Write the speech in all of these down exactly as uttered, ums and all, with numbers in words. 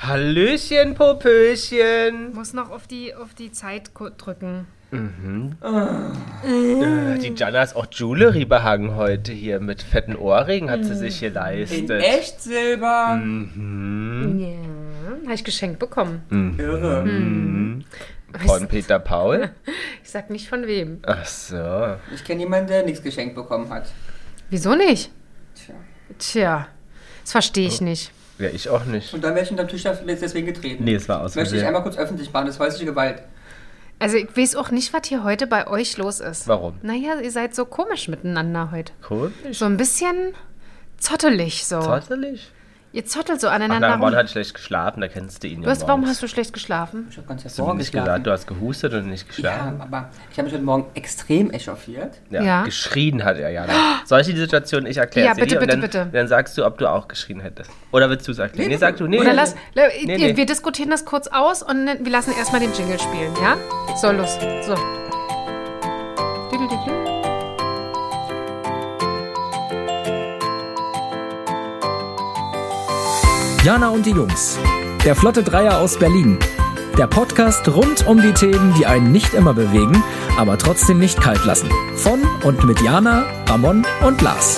Hallöchen, Popöchen. Muss noch auf die, auf die Zeit drücken. Mhm. Oh. Äh, die Jana ist auch Jewelry behangen heute hier. Mit fetten Ohrringen hat sie sich geleistet. In Echtsilber. Mhm. Ja, habe ich geschenkt bekommen. Mhm. Irre. Mhm. Von Peter Paul? Ich sag nicht von wem. Ach so. Ich kenne jemanden, der nichts geschenkt bekommen hat. Wieso nicht? Tja. Tja, das verstehe ich nicht. Ja, ich auch nicht. Und dann wäre ich unter den Tisch deswegen getreten. Nee, es war aus Möchte ich Versehen. einmal kurz öffentlich machen, das ist häusliche Gewalt. Also ich weiß auch nicht, was hier heute bei euch los ist. Warum? Naja, ihr seid so komisch miteinander heute. Komisch? So ein bisschen zottelig so. Zottelig? Ihr zottelt so Ach, aneinander na, rum. Ron hat schlecht geschlafen, da kennst du ihn ja Du hast, warum morgens. hast du schlecht geschlafen? Ich habe ganz Hast du mir nicht gesagt, hervorgeschlafen. du hast gehustet und nicht geschlafen? Ja, aber ich habe mich heute Morgen extrem echauffiert. Ja, Ja. geschrien hat er ja. Solche Situationen, ich erkläre Ja, sie bitte, dir und bitte, dann, bitte. dann sagst du, ob du auch geschrien hättest. Oder willst du es erklären? Nee, Nee, sag du. Nee, Oder nee, lass, nee. wir, nee. wir diskutieren das kurz aus und wir lassen erstmal den Jingle spielen, ja? So, los. So. Düdelüdelü. Jana und die Jungs. Der Flotte Dreier aus Berlin. Der Podcast rund um die Themen, die einen nicht immer bewegen, aber trotzdem nicht kalt lassen. Von und mit Jana, Ramon und Lars.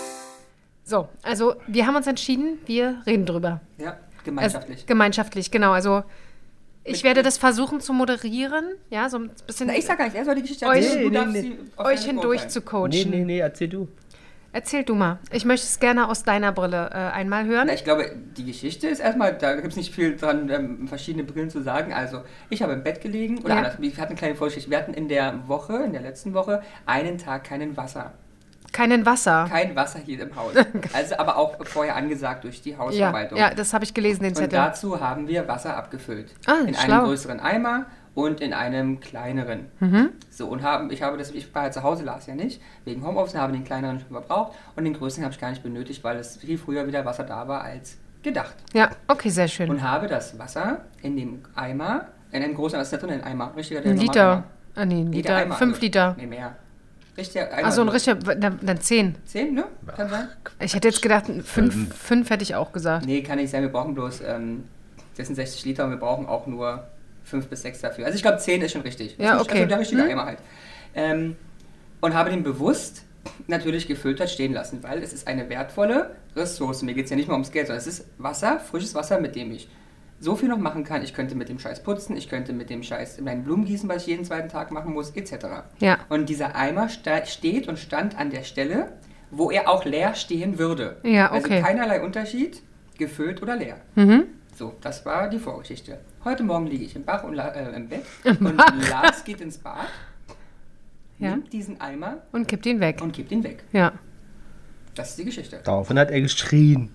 So, also wir haben uns entschieden, wir reden drüber. Ja, gemeinschaftlich. Also, gemeinschaftlich, genau. Also ich Mit- werde das versuchen zu moderieren, ja, so ein bisschen Na, ich sag gar nicht, er soll die Geschichte Euch- erzählen. Nee, Du darfst nee, sie auf euch deine hindurch beurteilen. zu Nee, coachen. nee, nee, erzähl du. Erzähl du mal. Ich möchte es gerne aus deiner Brille äh, einmal hören. Na, ich glaube, die Geschichte ist erstmal, da gibt es nicht viel dran, ähm, verschiedene Brillen zu sagen. Also, ich habe im Bett gelegen, oder Ja. anders, wir hatten eine kleine Vorgeschichte. Wir hatten in der Woche, in der letzten Woche, einen Tag keinen Wasser. Keinen Wasser. Kein Wasser hier im Haus. Also, aber auch vorher angesagt durch die Ja, Hausverwaltung. ja, das habe ich gelesen, den Und Zettel. dazu haben wir Wasser abgefüllt. Ah, in schlau. einem größeren Eimer und in einem kleineren. Mhm. So, und haben, ich habe das, ich war ja zu Hause, las ja nicht, wegen Homeoffice, habe den kleineren schon verbraucht und den größeren habe ich gar nicht benötigt, weil es viel früher wieder Wasser da war als gedacht. Ja, okay, sehr schön. Und habe das Wasser in dem Eimer, in einem großen, was ist da drin, ein Eimer, richtiger, der Ein normale Liter. Eimer. Ah, nee, ein Nee, der Liter. Eimer, Fünf also- Liter. Nee, mehr. Richtiger Eimer. Achso, ein so richtiger, dann, dann zehn. Zehn, ne? Kann sein? Ich hätte jetzt gedacht, fünf, fünf hätte ich auch gesagt. Nee, kann nicht sein, wir brauchen bloß, ähm, das sind sechzig Liter und wir brauchen auch nur fünf bis sechs dafür. Also ich glaube, zehn ist schon richtig. Ja, Das ist okay. Also der richtige Hm? Eimer halt. Ähm, und habe den bewusst natürlich gefiltert stehen lassen, weil es ist eine wertvolle Ressource. Mir geht es ja nicht mal ums Geld, sondern es ist Wasser, frisches Wasser, mit dem ich so viel noch machen kann. Ich könnte mit dem Scheiß putzen, ich könnte mit dem Scheiß meinen Blumen gießen, was ich jeden zweiten Tag machen muss, et cetera. Ja. Und dieser Eimer sta- steht und stand an der Stelle, wo er auch leer stehen würde. Ja, okay. Also keinerlei Unterschied, gefüllt oder leer. Mhm. So, das war die Vorgeschichte. Heute Morgen liege ich im Bach und La äh, im Bett und Lars geht ins Bad, Ja. nimmt diesen Eimer Und kippt ihn weg. und kippt ihn weg. Ja. Das ist die Geschichte. Daraufhin hat er geschrien.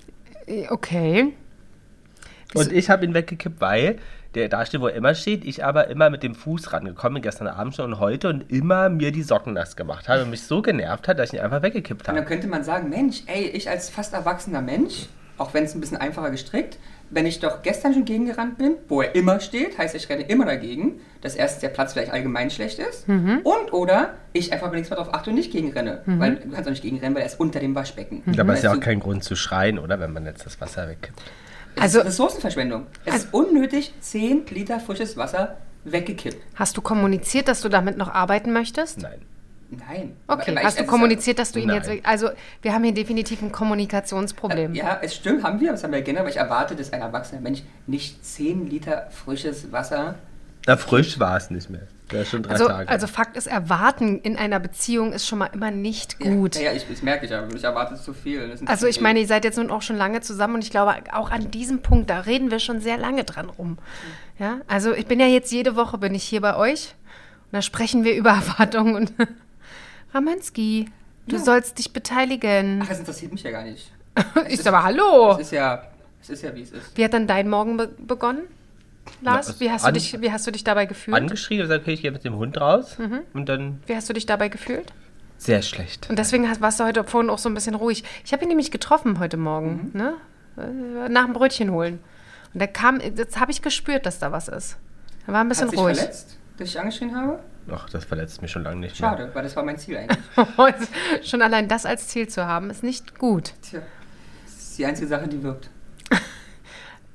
Okay. Und ich habe ihn weggekippt, weil der da steht, wo er immer steht, ich aber immer mit dem Fuß rangekommen bin, gestern Abend schon und heute und immer mir die Socken nass gemacht habe und mich so genervt hat, dass ich ihn einfach weggekippt Und dann habe. könnte man sagen, Mensch, ey, ich als fast erwachsener Mensch, auch wenn es ein bisschen einfacher gestrickt, wenn ich doch gestern schon gegengerannt bin, wo er immer steht, heißt, ich renne immer dagegen, dass erst der Platz vielleicht allgemein schlecht ist Mhm. und oder ich einfach nichts mehr drauf achte und nicht gegenrenne. Weil du kannst auch nicht gegenrennen, weil er ist unter dem Waschbecken. Dabei ist ja auch Weißt du, kein Grund zu schreien, oder? Wenn man jetzt das Wasser wegkippt. es Also- ist Ressourcenverschwendung. Es ist unnötig, zehn Liter frisches Wasser weggekippt. Hast du kommuniziert, dass du damit noch arbeiten möchtest? Nein. Nein. Okay, Aber ich- hast du es ist kommuniziert, dass du ihn Nein. jetzt... Also, wir haben hier definitiv ein Kommunikationsproblem. Ja, ja, es stimmt, haben wir, das haben wir generell, aber ich erwarte, dass ein erwachsener Mensch nicht zehn Liter frisches Wasser. Na, frisch war es nicht mehr. Ja, schon drei Also, Tage. also Fakt ist, erwarten in einer Beziehung ist schon mal immer nicht gut. Ja, ja ich, das merke ich, aber ich erwarte zu viel. Das sind Also zu ich viel. meine, ihr seid jetzt nun auch schon lange zusammen und ich glaube, auch an diesem Punkt, da reden wir schon sehr lange dran rum. Ja, also ich bin ja jetzt jede Woche bin ich hier bei euch und da sprechen wir über Erwartungen und Ramanski, du Ja. sollst dich beteiligen. Ach, das interessiert mich ja gar nicht. Ich sag aber hallo. Es ist ja, es ist ja, wie es ist. Wie hat dann dein Morgen be begonnen, Lars? Na, es Wie hast, du an- dich, wie hast du dich dabei gefühlt? Angeschrien und gesagt, okay, ich gehe mit dem Hund raus. Und dann Wie hast du dich dabei gefühlt? sehr schlecht. Und deswegen hast, warst du heute vorhin auch so ein bisschen ruhig. Ich habe ihn nämlich getroffen heute Morgen, ne? Äh, nach dem Brötchen holen. Und der kam, jetzt habe ich gespürt, dass da was ist. Er war ein bisschen Hat sich ruhig. verletzt, dass ich angeschrien habe? Ach, das verletzt mich schon lange nicht mehr. Schade, weil das war mein Ziel eigentlich. Schon allein das als Ziel zu haben, ist nicht gut. Tja, das ist die einzige Sache, die wirkt.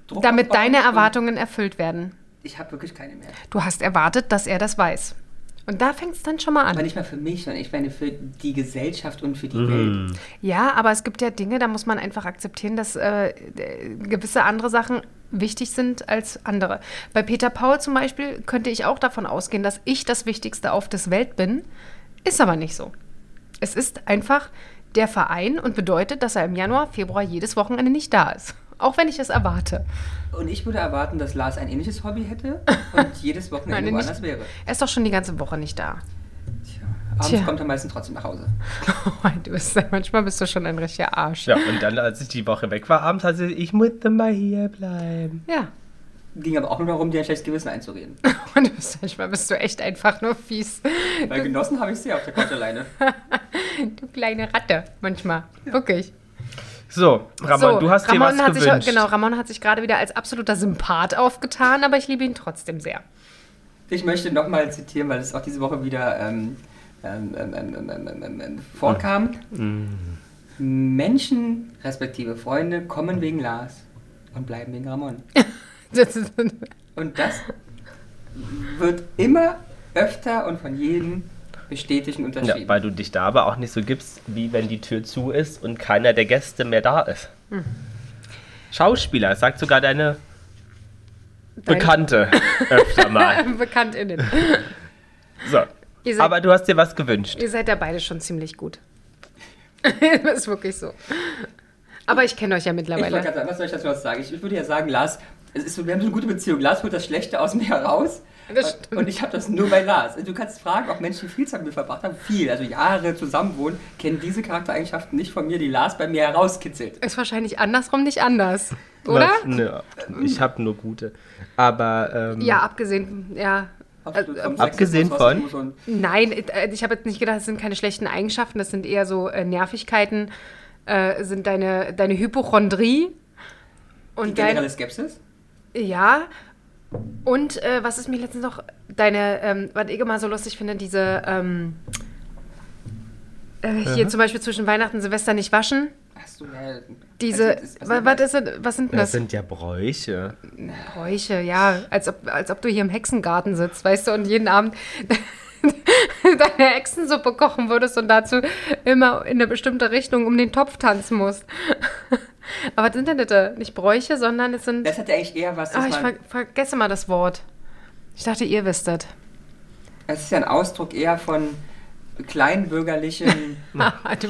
Druck Damit aufbauen deine und Erwartungen erfüllt werden. Ich habe wirklich keine mehr. Du hast erwartet, dass er das weiß. Und da fängt es dann schon mal Aber an. nicht mal für mich, sondern ich meine für die Gesellschaft und für die Mhm. Welt. Ja, aber es gibt ja Dinge, da muss man einfach akzeptieren, dass äh, gewisse andere Sachen wichtig sind als andere. Bei Peter Paul zum Beispiel könnte ich auch davon ausgehen, dass ich das Wichtigste auf der Welt bin. Ist aber nicht so. Es ist einfach der Verein und bedeutet, dass er im Januar, Februar jedes Wochenende nicht da ist. Auch wenn ich es erwarte. Und ich würde erwarten, dass Lars ein ähnliches Hobby hätte und jedes Wochenende Nein, woanders nicht- wäre. Er ist doch schon die ganze Woche nicht da. Tja, abends Tja. kommt er meistens trotzdem nach Hause. Du bist, manchmal bist du schon ein richtiger Arsch. Ja, und dann, als ich die Woche weg war, abends, hat sie, ich musste mal hier bleiben. Ja. Ging aber auch nur darum, dir ein schlechtes Gewissen einzureden. Und du bist, manchmal bist du echt einfach nur fies. Weil genossen habe ich sehr auf der Couch alleine. Du kleine Ratte, manchmal. Wirklich. So, Ramon, So, du hast dir Ramon was hat gewünscht. sich, genau, Ramon hat sich gerade wieder als absoluter Sympath aufgetan, aber ich liebe ihn trotzdem sehr. Ich möchte nochmal zitieren, weil es auch diese Woche wieder ähm, ähm, ähm, ähm, ähm, ähm, ähm, vorkam. Menschen, respektive Freunde, kommen wegen Lars und bleiben wegen Ramon. Das ist, Und das wird immer öfter und von jedem bestätigt und Ja, unterschrieben. weil du dich da aber auch nicht so gibst, wie wenn die Tür zu ist und keiner der Gäste mehr da ist. Hm. Schauspieler, sagt sogar deine Bekannte öfter mal. BekanntInnen. So. Ihr seid- Aber du hast dir was gewünscht. Ihr seid ja beide schon ziemlich gut. Das ist wirklich so. Aber ich kenne euch ja ich wollte mittlerweile. gerade sagen, was soll ich dazu noch sagen? Ich, ich würde ja sagen, Lars, es ist so, wir haben so eine gute Beziehung. Lars holt das Schlechte aus mir heraus. Das stimmt. Und ich habe das nur bei Lars. Du kannst fragen, ob Menschen, die viel Zeit mit mir verbracht haben, viel, also Jahre zusammenwohnen, kennen diese Charaktereigenschaften nicht von mir, die Lars bei mir herauskitzelt. Ist wahrscheinlich andersrum nicht anders. Oder? Was? Nö, ich habe nur gute. Aber ähm, Ja, abgesehen, ja. Absolut, vom abgesehen Sexismus, von- Rassismus und- Nein, äh, ich habe jetzt nicht gedacht, das sind keine schlechten Eigenschaften, das sind eher so äh, Nervigkeiten, äh, sind deine, deine Hypochondrie. Die Und dein, generelle Skepsis? ja, und äh, was ist mir letztens noch, deine, ähm, was ich immer so lustig finde, diese, ähm, äh, hier zum Beispiel zwischen Weihnachten und Silvester nicht waschen. Hast du ja. Diese, also, das- wa- was, ist, das- was sind denn das das? sind ja Bräuche. Bräuche, ja, als ob, als ob du hier im Hexengarten sitzt, weißt du, und jeden Abend deine Hexensuppe kochen würdest und dazu immer in eine bestimmte Richtung um den Topf tanzen musst. Aber was sind denn das? Nicht Bräuche, sondern es sind... Das hat ja eigentlich eher was, dass Ah, ich man. ver vergesse mal das Wort. Ich dachte, ihr wisstet. Es ist ja ein Ausdruck eher von kleinbürgerlichen. du,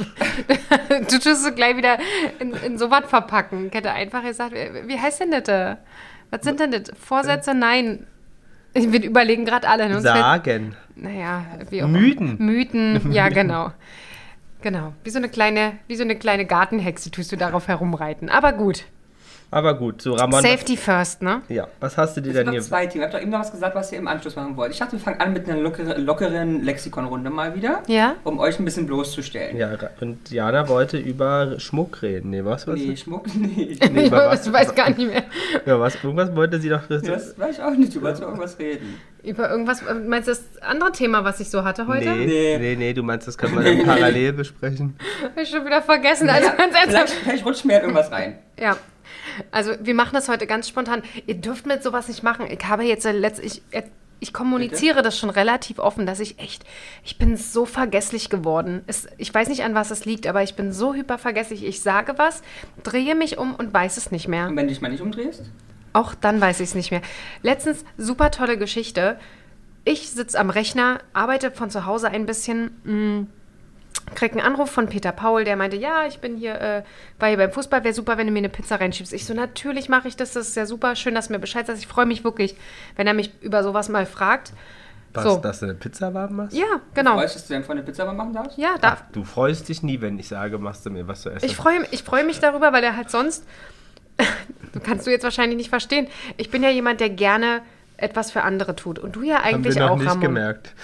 du tust es gleich wieder in, in so was verpacken. Ich hätte einfach gesagt, wie, wie heißt denn das? Was sind denn das? Vorsätze? Nein. Wir überlegen gerade alle. ne? Uns fällt- Sagen. Naja, wie auch Mythen. Mythen, ja genau. Genau. Wie so eine kleine, wie so eine kleine Gartenhexe tust du darauf herumreiten. Aber gut. Aber gut, so Ramon. Safety first, ne? Ja, was hast du dir Es sind denn noch hier? zwei Themen. Ihr habt doch eben noch was gesagt, was ihr im Anschluss machen wollt. Ich dachte, wir fangen an mit einer lockere, lockeren Lexikonrunde mal wieder. Ja? Um euch ein bisschen bloßzustellen. Ja, und Jana wollte über Schmuck reden. Nee, was? was? Nee, Schmuck nicht. Nee, Ich über was? weiß gar nicht mehr. Ja, was? Irgendwas wollte sie doch. Das weiß ich auch nicht. Du wolltest über irgendwas reden. Über irgendwas, meinst du das andere Thema, was ich so hatte heute? Nee, Nee. nee, nee, du meinst, das können wir dann parallel besprechen. Hab ich schon wieder vergessen. Also Ja, ganz vielleicht, ernsthaft. vielleicht rutscht mir halt irgendwas rein. Ja. Also wir machen das heute ganz spontan. Ihr dürft mit sowas nicht machen. Ich habe jetzt letztlich, ich, ich kommuniziere das schon relativ offen, dass ich echt, ich bin so vergesslich geworden. Es, ich weiß nicht, an was es liegt, aber ich bin so hypervergesslich. Ich sage was, drehe mich um und weiß es nicht mehr. Und wenn du dich mal nicht umdrehst? Auch dann weiß ich es nicht mehr. Letztens, super tolle Geschichte. Ich sitze am Rechner, arbeite von zu Hause ein bisschen, mh, krieg einen Anruf von Peter Paul, der meinte, ja, ich bin hier, äh, war hier beim Fußball, wäre super, wenn du mir eine Pizza reinschiebst. Ich so, natürlich mache ich das, das ist ja super, schön, dass du mir Bescheid sagst. Ich freue mich wirklich, wenn er mich über sowas mal fragt. Was, So. dass du eine Pizza warm machst? Ja, genau. Weißt du, dass du deinem Freund eine Pizza mal machen darfst? Ja, darf. Du freust dich nie, wenn ich sage, machst du mir was zu essen. Ich freue ich freu mich darüber, weil er halt sonst, du kannst du jetzt wahrscheinlich nicht verstehen, ich bin ja jemand, der gerne etwas für andere tut. Und du ja Haben wir eigentlich noch auch, nicht Ramon. gemerkt.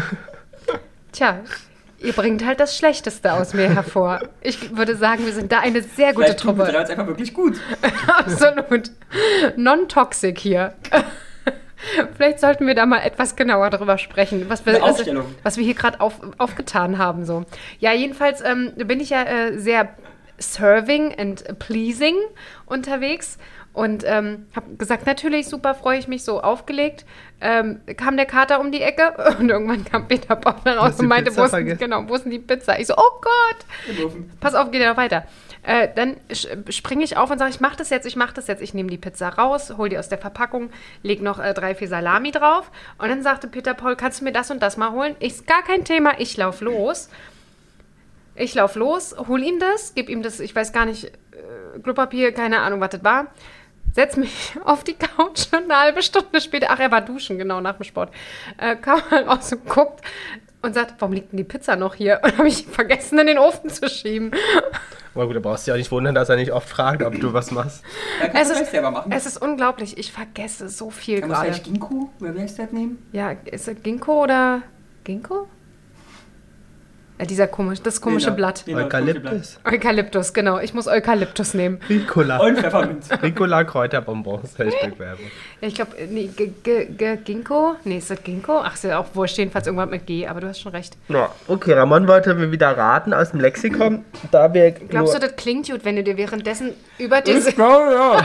Tja, ihr bringt halt das Schlechteste aus mir hervor. Ich würde sagen, wir sind da eine sehr gute Vielleicht tun wir Truppe. jetzt einfach wirklich gut. Absolut. Non-toxic hier. Vielleicht sollten wir da mal etwas genauer drüber sprechen, was wir, Eine was, Aufstellung. was wir hier gerade auf, aufgetan haben. So. Ja, jedenfalls ähm, bin ich ja äh, sehr serving and pleasing unterwegs Und ähm, habe gesagt, natürlich, super, freue ich mich, so aufgelegt. Ähm, kam der Kater um die Ecke und irgendwann kam Peter Bock dann raus und meinte, wo ist, genau, wo ist denn die Pizza? Ich so, oh Gott, pass auf, geht ja noch weiter. Äh, dann springe ich auf und sage, ich mache das jetzt, ich mache das jetzt. Ich nehme die Pizza raus, hole die aus der Verpackung, lege noch äh, drei, vier Salami drauf. Und dann sagte Peter Paul, kannst du mir das und das mal holen? Ich, gar kein Thema, ich laufe los. Ich laufe los, hol ihm das, gebe ihm das, ich weiß gar nicht, äh, Klopapier, keine Ahnung, was das war. Setz mich auf die Couch und eine halbe Stunde später, ach, er war duschen, genau, nach dem Sport, äh, kam er raus und guckt und sagt, warum liegt denn die Pizza noch hier? Und habe ich vergessen, in den Ofen zu schieben. Aber gut, da brauchst du ja auch nicht wundern, dass er nicht oft fragt, ob du was machst. Ja, kannst es, du ist, selber machen. Es ist unglaublich, ich vergesse so viel gerade. Kann man vielleicht Ginkgo, oder wie heißt das nehmen? Ja, ist es Ginkgo oder Ginkgo? Ja, dieser komisch, das komische Lena, Blatt. Lena, Eukalyptus. Eukalyptus, genau. Ich muss Eukalyptus nehmen. Ricola. Und Pfefferminz. Ricola Kräuterbonbons. Hashtag Werbung. Ja, ich glaube, nee, G- G- G- Ginkgo? Nee, ist das Ginkgo? Ach, ist ja auch wurscht, jedenfalls irgendwas mit G, aber du hast schon recht. Ja, okay, Ramon wollte mir wieder raten aus dem Lexikon. Da wir Glaubst du, das klingt gut, wenn du dir währenddessen über diese... Ich glaube, ja.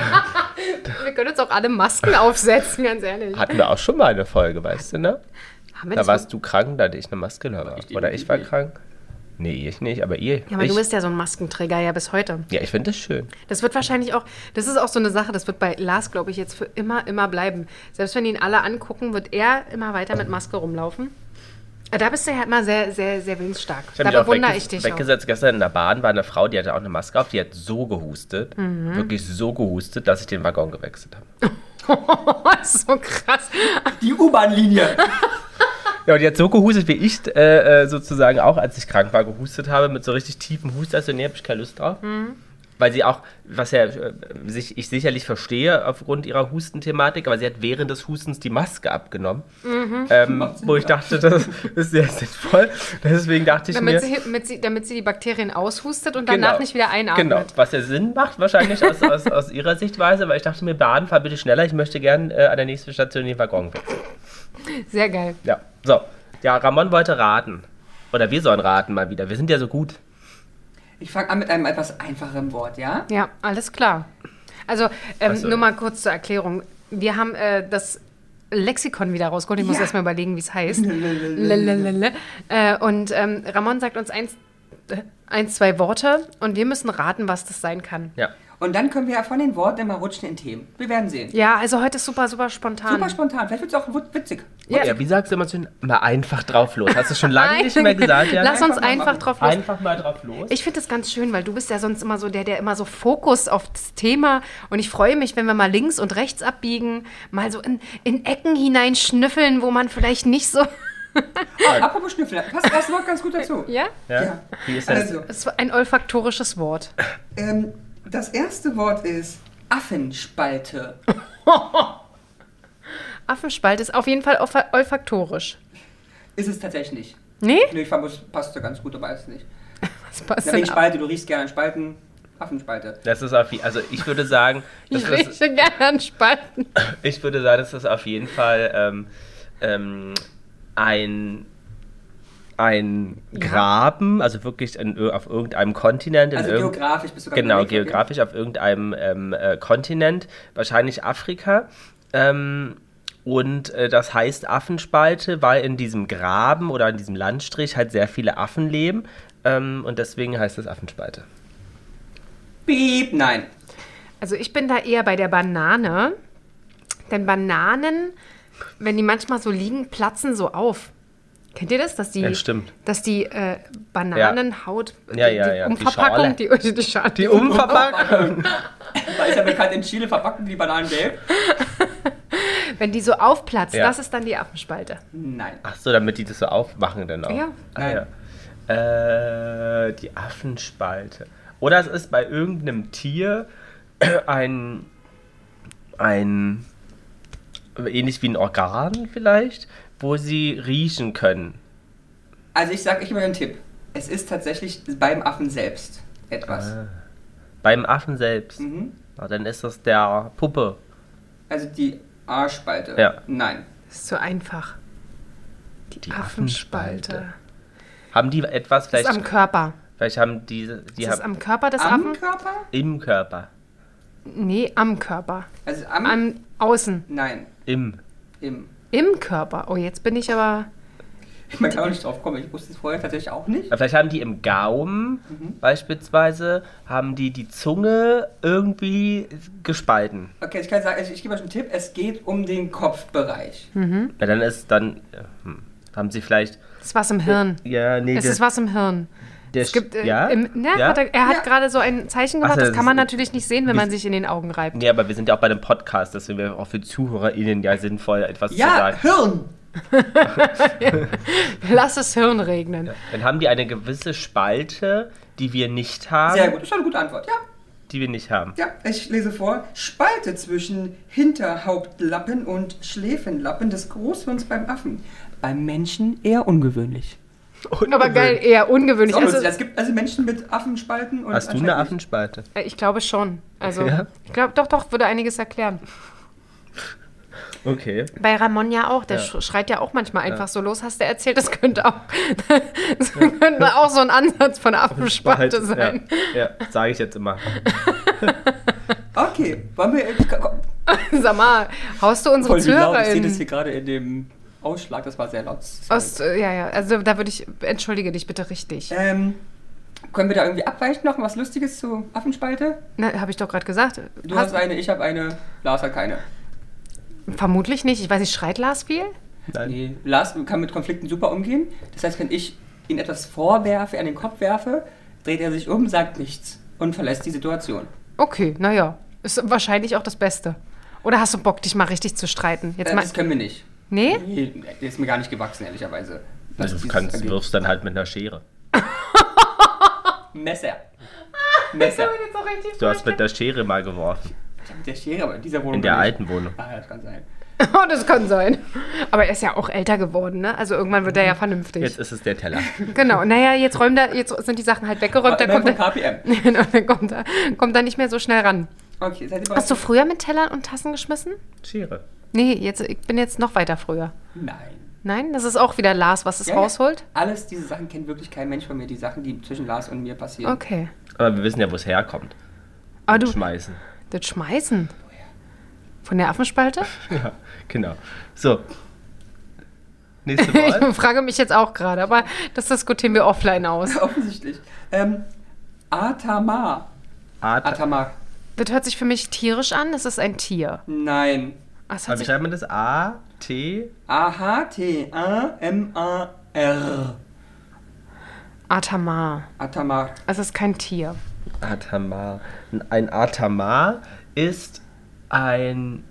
Wir können uns auch alle Masken aufsetzen, ganz ehrlich. Hatten wir auch schon mal eine Folge, weißt du, ne? Haben wir Da das warst du krank, da hatte ich eine Maske oder ich die Oder ich war nicht. krank. Nee, ich nicht, aber ihr. Ja, aber ich, du bist ja so ein Maskenträger ja bis heute. ja, ich finde das schön. Das wird wahrscheinlich auch, das ist auch so eine Sache, das wird bei Lars, glaube ich, jetzt für immer, immer bleiben. Selbst wenn ihn alle angucken, wird er immer weiter mit Maske rumlaufen. Da bist du ja immer sehr, sehr, sehr willensstark. Ich Da habe mich auch bewundere wegges- ich dich weggesetzt. Gestern in der Bahn war eine Frau, die hatte auch eine Maske auf, die hat so gehustet, Mhm. wirklich so gehustet, dass ich den Waggon gewechselt habe. auch. Das ist so krass. Die U-Bahn-Linie. Ja, und die hat so gehustet, wie ich äh, sozusagen auch, als ich krank war, gehustet habe, mit so richtig tiefen Husten. Also, nee, habe ich keine Lust drauf. Mhm. Weil sie auch, was ja äh, sich, ich sicherlich verstehe aufgrund ihrer Hustenthematik, aber sie hat während des Hustens die Maske abgenommen. Mhm. Ähm, wo ich dachte, das ist sehr sinnvoll. Deswegen dachte ich Damit mir... sie, damit, sie, damit sie die Bakterien aushustet und danach nicht wieder einatmet. Genau, was ja Sinn macht wahrscheinlich aus, aus, aus ihrer Sichtweise, weil ich dachte mir, Bahn, fahr bitte schneller, ich möchte gern äh, an der nächsten Station den Waggon wechseln. Sehr geil. Ja, so. Ja, Ramon wollte raten. Oder wir sollen raten mal wieder. Wir sind ja so gut. Ich fange an mit einem etwas einfacheren Wort, ja? Ja, alles klar. Also, ähm, so. nur mal kurz zur Erklärung. Wir haben äh, das Lexikon wieder rausgeholt. Ich muss Ja. erst mal überlegen, wie es heißt. Lalalala. äh, und ähm, Ramon sagt uns eins, äh, eins, zwei Worte und wir müssen raten, was das sein kann. Ja. Und dann können wir ja von den Worten immer rutschen in Themen. Wir werden sehen. Ja, also heute ist super, super spontan. Super spontan. Vielleicht wird es auch wit- witzig. Ja. Ja, wie sagst du immer schön? Mal einfach drauf los. Hast du schon lange nicht mehr gesagt? Ja? Lass uns Einfach mal einfach machen. drauf los. Einfach mal drauf los. Ich finde das ganz schön, weil du bist ja sonst immer so der, der immer so Fokus auf das Thema. Und ich freue mich, wenn wir mal links und rechts abbiegen, mal so in, in Ecken hineinschnüffeln, wo man vielleicht nicht so... Oh, apropos Schnüffel, passt das Wort ganz gut dazu. Ja? ja? Ja. Wie ist das? Also, Das ist ein olfaktorisches Wort. ähm, das erste Wort ist Affenspalte. Affenspalte ist auf jeden Fall olfa- olfaktorisch. Ist es tatsächlich nicht. Nee? Nee, ich fand, es passt da ganz gut, aber ist es nicht. Was passt Na, denn wegen ab? Spalte, du riechst gerne an Spalten. Affenspalte. Das ist auf, je- also ich würde sagen, das Ich ist, rieche gerne an Spalten. ich würde sagen, das ist auf jeden Fall ähm, ähm, ein ein Ja. Graben, also wirklich in, ir- auf irgendeinem Kontinent. In Also irgend- geografisch bist du ganz Genau, richtig, okay. geografisch auf irgendeinem ähm, äh, Kontinent, wahrscheinlich Afrika. Ähm, und äh, das heißt Affenspalte, weil in diesem Graben oder in diesem Landstrich halt sehr viele Affen leben. Ähm, und deswegen heißt es Affenspalte. Piep, nein. Also ich bin da eher bei der Banane. Denn Bananen, wenn die manchmal so liegen, platzen so auf. Kennt ihr das? Dass die, Ja, stimmt. Dass die äh, Bananenhaut, Ja, die, ja, die ja, die Umverpackung, Schale. die, die, Schale, Die Umverpackung. Da ist ja bekannt, in Chile verpacken die Bananen gelb. wenn die so aufplatzt, Ja. das ist dann die Affenspalte. Nein. Ach so, damit die das so aufmachen dann auch. Ja. Ah, ja. Äh, die Affenspalte. Oder es ist bei irgendeinem Tier ein, ein, ähnlich wie ein Organ vielleicht, wo sie riechen können. Also ich sag, ich gebe dir einen Tipp. Es ist tatsächlich beim Affen selbst etwas. Ah. Beim Affen selbst. Mhm. Ah, dann ist das der Puppe. Also die Arschspalte. Ja. Nein. Das ist so einfach. Die, Die Affenspalte. Affenspalte. Haben die etwas, Das vielleicht, ist am Körper. vielleicht haben die, die Ist das haben am Körper des Am Affen? Körper? im Körper. Nee, am Körper. Also am... Am Außen. Nein, Im. im. Im Körper. Oh, jetzt bin ich aber... Man kann auch nicht drauf kommen, ich wusste es vorher tatsächlich auch nicht. Aber vielleicht haben die im Gaumen beispielsweise, haben die die Zunge irgendwie gespalten. Okay, ich kann sagen, also ich gebe euch einen Tipp, es geht um den Kopfbereich. Ja, dann ist dann, äh, hm, haben sie vielleicht, Es ist was im Hirn. ja, nee, Es das- ist was im Hirn. der Es gibt, äh, ja? im, ne, ja? Hat er, er hat Ja. gerade so ein Zeichen gemacht, Ach so, das das kann man ist- natürlich nicht sehen, wenn man sich in den Augen reibt. Nee, aber wir sind ja auch bei einem Podcast, deswegen wäre auch für ZuhörerInnen ja sinnvoll, etwas zu Ja, sagen. Hirn! Lass das Hirn regnen. Dann haben die eine gewisse Spalte, die wir nicht haben. Sehr gut, das ist schon eine gute Antwort, ja. Die wir nicht haben. Ja, ich lese vor. Spalte zwischen Hinterhauptlappen und Schläfenlappen des Großhirns beim Affen. Beim Menschen eher ungewöhnlich. Aber geil, eher ungewöhnlich. So, Also, es gibt also Menschen mit Affenspalten und Hast du eine anscheinend nicht. Affenspalte? äh, ich glaube schon. Also, Ja? ich glaube, doch, doch, würde einiges erklären. Okay. Bei Ramon ja auch, der Ja. sch- schreit ja auch manchmal einfach so los, hast du erzählt, das könnte auch, das könnte auch so ein Ansatz von Affenspalte sein. Ja, ja sage ich jetzt immer. Okay, wollen wir... Sag mal, haust du unsere Voll wie laut, Zuhörer ich sehe das in... hier gerade in dem Ausschlag, das war sehr laut. Aus, äh, ja, ja, also da würde ich, entschuldige dich bitte richtig. Ähm, können wir da irgendwie abweichen noch? Was Lustiges zu Affenspalte? Na, habe ich doch gerade gesagt. Du hast eine, ich habe eine, Lars hat keine. Vermutlich nicht. Ich weiß nicht, schreit Lars viel? Nein. Nee, Lars kann mit Konflikten super umgehen. Das heißt, wenn ich ihm etwas vorwerfe, an den Kopf werfe, dreht er sich um, sagt nichts und verlässt die Situation. Okay, naja. Ist wahrscheinlich auch das Beste. Oder hast du Bock, dich mal richtig zu streiten? Jetzt Äh, mal. das können wir nicht. Nee? Nee, der ist mir gar nicht gewachsen, ehrlicherweise. Das Also ist du dieses kannst, Ergebnis. wirfst dann halt mit einer Schere. Messer. Messer. Du hast mit der Schere mal geworfen. Ich hab mit der Schere, aber in dieser Wohnung In der noch nicht. alten Wohnung. Ah, ja, das kann sein. Oh, das kann sein. Aber er ist ja auch älter geworden, ne? Also irgendwann wird er ja vernünftig. Jetzt ist es der Teller. Genau. Naja, jetzt räumt er, jetzt sind die Sachen halt weggeräumt, dann Immerhin kommt von er, K P M. genau, dann kommt er, kommt er nicht mehr so schnell ran. Okay, seid ihr bereit? Hast du früher mit Tellern und Tassen geschmissen? Schere. Nee, jetzt, ich bin jetzt noch weiter früher. Nein. Nein, das ist auch wieder Lars, was es Ja, ja. rausholt? Alles diese Sachen kennt wirklich kein Mensch von mir, die Sachen, die zwischen Lars und mir passieren. Okay. Aber wir wissen ja, wo es herkommt. Aber du, Schmeißen. das Schmeißen? Von der Affenspalte? Ja, genau. So. Nächste Wahl. Ich frage mich jetzt auch gerade, aber das diskutieren wir offline aus. Offensichtlich. Ähm, Atama. At Atama. Das hört sich für mich tierisch an, das ist ein Tier. Nein. Ach, das Aber hört wie sich, schreibt man das? A, T, A H T A M A R. Atamar. Atama. Also es ist kein Tier. Atamar. Ein Atamar ist ein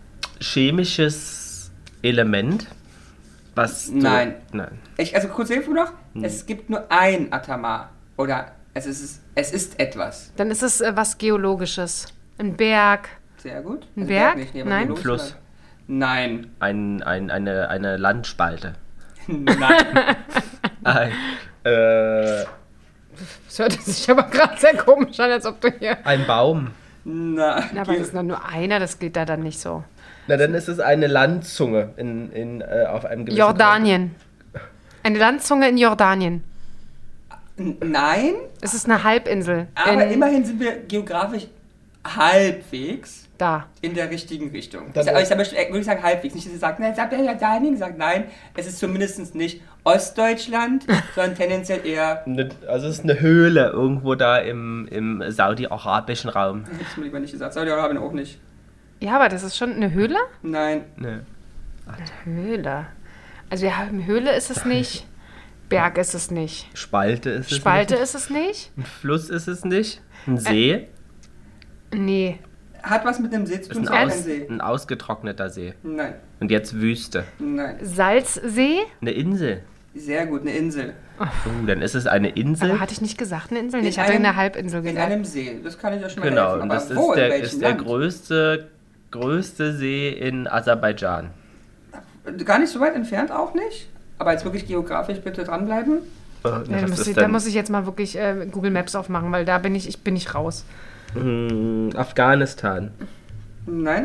chemisches Element, was... du- Nein. Nein. Ich, also kurze Info noch. Es gibt nur ein Atama. Oder es ist, es ist etwas. Dann ist es äh, was Geologisches. Ein Berg. Sehr gut. Ein Also Berg? nicht, nee, aber Nein. biologisch Fluss. oder- Nein. Ein, ein, eine, eine Landspalte. Nein. Ein, äh, Das hört sich aber gerade sehr komisch an, als ob du hier... ein Baum. Nein. Na, aber das ist doch nur einer, das geht da dann nicht so. Na, dann ist es eine Landzunge in, in, äh, auf einem gewissen... Jordanien. Eine Landzunge in Jordanien. N- Nein. Es ist eine Halbinsel. Aber in, immerhin sind wir geografisch halbwegs Da. in der richtigen Richtung. Dann- Ich, aber ich sag- möchte wirklich sagen halbwegs. Nicht, dass ihr sagt, nein, sagt er ja Daniel gesagt. Nein, es ist zumindest nicht Ostdeutschland, sondern tendenziell eher. Eine, also es ist eine Höhle irgendwo da im, im saudi-arabischen Raum. Hätte ich mir lieber nicht gesagt. Saudi-Arabien auch nicht. Ja, aber das ist schon eine Höhle? Nein. Ne. Höhle. Also wir haben Höhle ist es nicht. Berg ist es nicht. Spalte ist es Spalte nicht. ist es nicht. Ein Fluss ist es nicht. Ein See. Nee. Hat was mit einem See zu Ist tun, ein, ist aus, kein See. ein ausgetrockneter See. Nein. Und jetzt Wüste. Nein. Salzsee? Eine Insel. Sehr gut, eine Insel. Oh, dann ist es eine Insel. Aber hatte ich nicht gesagt, eine Insel? In Ich hatte einem- eine Halbinsel In gesagt. einem See. Das kann ich euch schon mal Genau, helfen. und Aber das wo, ist in der, welchem ist der Land? größte, größte See in Aserbaidschan. Gar nicht so weit entfernt auch nicht. Aber jetzt wirklich geografisch bitte dranbleiben. Äh, Ja, da, was muss ist ich, da denn? muss ich jetzt mal wirklich äh, Google Maps aufmachen, weil da bin ich, ich bin nicht raus. Hm, Afghanistan. Nein.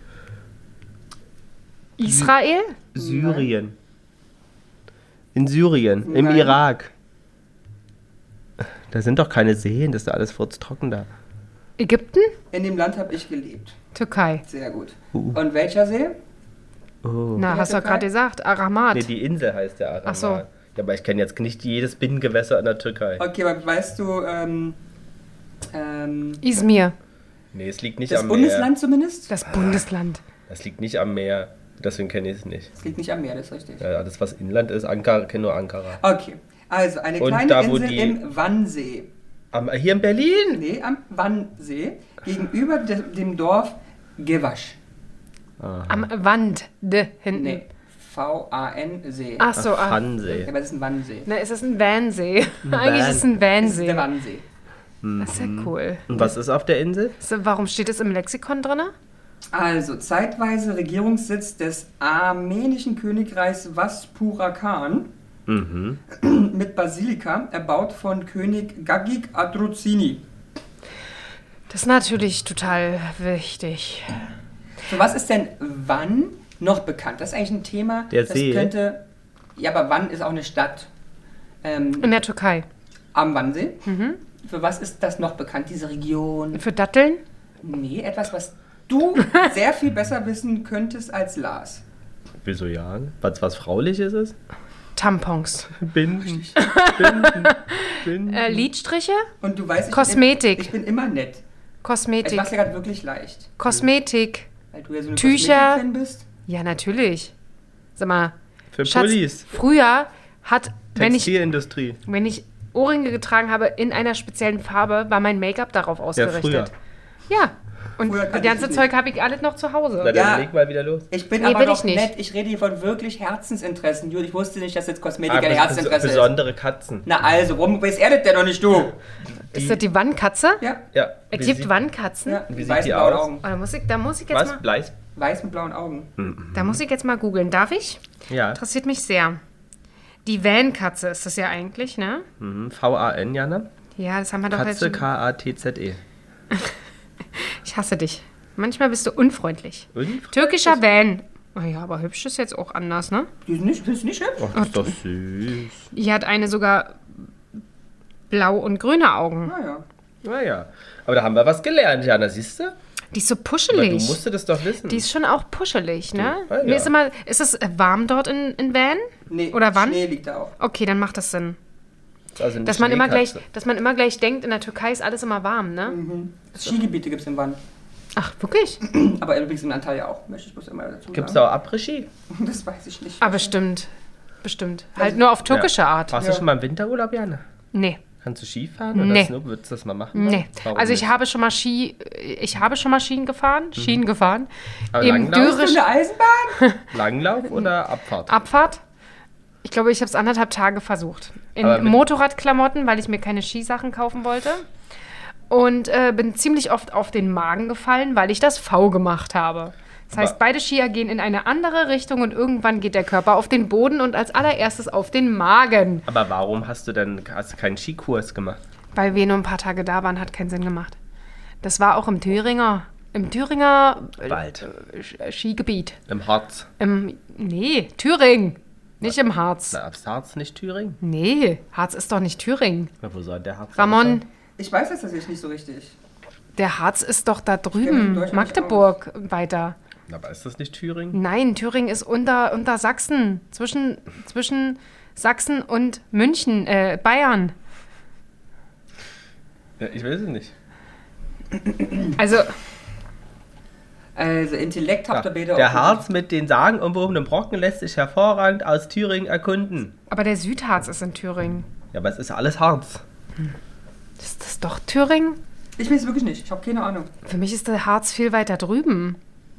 Israel? Syrien. In Syrien. Im Nein. Irak. Da sind doch keine Seen, das ist doch alles furztrocken da. Ägypten? In dem Land habe ich gelebt. Türkei. Sehr gut. Und welcher See? Oh. Na, der hast du doch Türkei? gerade gesagt. Aramat. Nee, die Insel heißt der Aramat. Ach so. Ja, aber ich kenne jetzt nicht jedes Binnengewässer in der Türkei. Okay, aber weißt du, ähm, ähm, Izmir. Nee, es liegt nicht das am Bundesland Meer. zumindest? Das Bundesland. Das liegt nicht am Meer. Deswegen kenne ich es nicht. Es liegt nicht am Meer, das ist richtig. Ja, alles, was Inland ist, Ankara, kenne nur Ankara. Okay, also eine Und kleine da, wo Insel die- im Wannsee. Am, hier in Berlin? Nee, am Wannsee, gegenüber de, dem Dorf Gewasch. Am Wand. De, hinten. Nee, V A N See. Ach so. Ach, Ah. Hansee. Ja, aber es ist ein Wannsee. Na, es ist ein Vansee. Eigentlich Van. ist es ein Das ist Vansee. der Wannsee. Das ist ja cool. Und was ist auf der Insel? So, warum steht es im Lexikon drin? Also, zeitweise Regierungssitz des armenischen Königreichs Vaspurakan Mhm. mit Basilika, erbaut von König Gagik Atruzini. Das ist natürlich total wichtig. Für was ist denn Van noch bekannt? Das ist eigentlich ein Thema, Der das See. könnte... Ja, aber Van ist auch eine Stadt. Ähm, In der Türkei. am Wannsee. Mhm. Für was ist das noch bekannt, diese Region? Für Datteln? Nee, etwas, was du sehr viel besser wissen könntest als Lars. Wieso ja? Was, was Frauliches ist? Tampons. Binden. Binden. Binden. Äh, Lidstriche? Und du weißt, ich Kosmetik. Bin, ich bin immer nett. Ich Kosmetik. mach's dir gerade wirklich leicht. Kosmetik. Weil du ja so eine Tücher. Kosmetik-Fan bist. Ja, natürlich. Sag mal, Für Schatz, Pullis. früher hat, wenn ich, Textilindustrie. wenn ich Ohrringe getragen habe in einer speziellen Farbe, war mein Make-up darauf ausgerichtet. früher. Ja. Und Früher das kannte ganze ich Zeug habe ich alles noch zu Hause. Na, dann Ja. leg mal wieder los. Ich bin Nee, aber will doch ich nicht. nett. Ich rede hier von wirklich Herzensinteressen. Jude, ich wusste nicht, dass jetzt Kosmetik Aber ein bes- Herzinteresse ist. besondere Katzen. Na also, warum weiß er das denn noch nicht, du? Ist das die Wandkatze? Ja, Ja. Es wie gibt sieht- Wandkatzen? ja. Wie sieht weiß die mit blauen aus? Augen. Oh, da muss ich, da muss ich jetzt Was? mal, Bleis? Weiß mit blauen Augen. da muss ich jetzt mal googeln. Darf ich? Ja. Interessiert mich sehr. Die Van-Katze ist das ja eigentlich, ne? Mhm. V A N, Jana? Ja, das haben wir doch Katze, jetzt. K A T Z E. Ich hasse dich. Manchmal bist du unfreundlich. Und? Türkischer Van. Oh ja, aber hübsch ist jetzt auch anders, ne? Die ist nicht, findest du nicht hübsch? Ach, das ist doch süß. Die hat eine sogar blau und grüne Augen. Naja. Naja. Aber da haben wir was gelernt, Jana, siehst du? Die ist so Weil puschelig. du musst das doch wissen. Die ist schon auch puschelig, ne? Ah, ja. Mir ist immer, ist es warm dort in, in Van? Nee, Oder wann? Schnee liegt da auch. Okay, dann macht das Sinn. also eine Dass man, immer gleich, Schneekatze. dass man immer gleich denkt, in der Türkei ist alles immer warm, ne? Skigebiete gibt es im Wann. Ach, wirklich? Aber übrigens in Antalya auch. Möchte ich bloß immer dazu Gibt es sagen. auch Après-Ski? Das weiß ich nicht. Ah, bestimmt. Bestimmt. Halt nur auf türkische ja. Art. Warst Ja. du schon mal im Winterurlaub, Jana? Nee. Kannst du Ski fahren oder Nee. Snow? Würdest du das mal machen? Nee. Warum Also ich nicht? habe schon mal Ski, ich habe schon mal Schienen gefahren, Schienen gefahren. Aber Im Langlauf? Bist Dürrisch du eine Eisenbahn? Langlauf oder Abfahrt? Abfahrt. Ich glaube, ich habe es anderthalb Tage versucht. Aber In mit- Motorradklamotten, weil ich mir keine Skisachen kaufen wollte. Und äh, bin ziemlich oft auf den Magen gefallen, weil ich das V gemacht habe. Das heißt, Aber- beide Skier gehen in eine andere Richtung und irgendwann geht der Körper auf den Boden und als allererstes auf den Magen. Aber warum hast du denn hast du keinen Skikurs gemacht? Weil wir nur ein paar Tage da waren, hat keinen Sinn gemacht. Das war auch im Thüringer, im Thüringer äh, Wald. äh, Skigebiet. Im Harz. Im, nee, Thüringen. Nicht im Harz. Na, ist Harz nicht Thüringen? Nee, Harz ist doch nicht Thüringen. Na, wo soll der Harz Ramon, Ich weiß das tatsächlich nicht so richtig. der Harz ist doch da kenn mich in drüben, Deutschland Magdeburg weiter. sein? Aber ist das nicht Thüringen? Nein, Thüringen ist unter, unter Sachsen, zwischen, zwischen Sachsen und München, äh, Bayern. Ja, ich weiß es nicht. Also, Also Intellekt habt ihr beide Der auch Harz mit den sagenumwobenen Brocken lässt sich hervorragend aus Thüringen erkunden. aber der Südharz ist in Thüringen. Ja, aber es ist alles Harz. Ist das doch Thüringen? Ich weiß es wirklich nicht. Ich habe keine Ahnung. Für mich ist der Harz viel weiter drüben.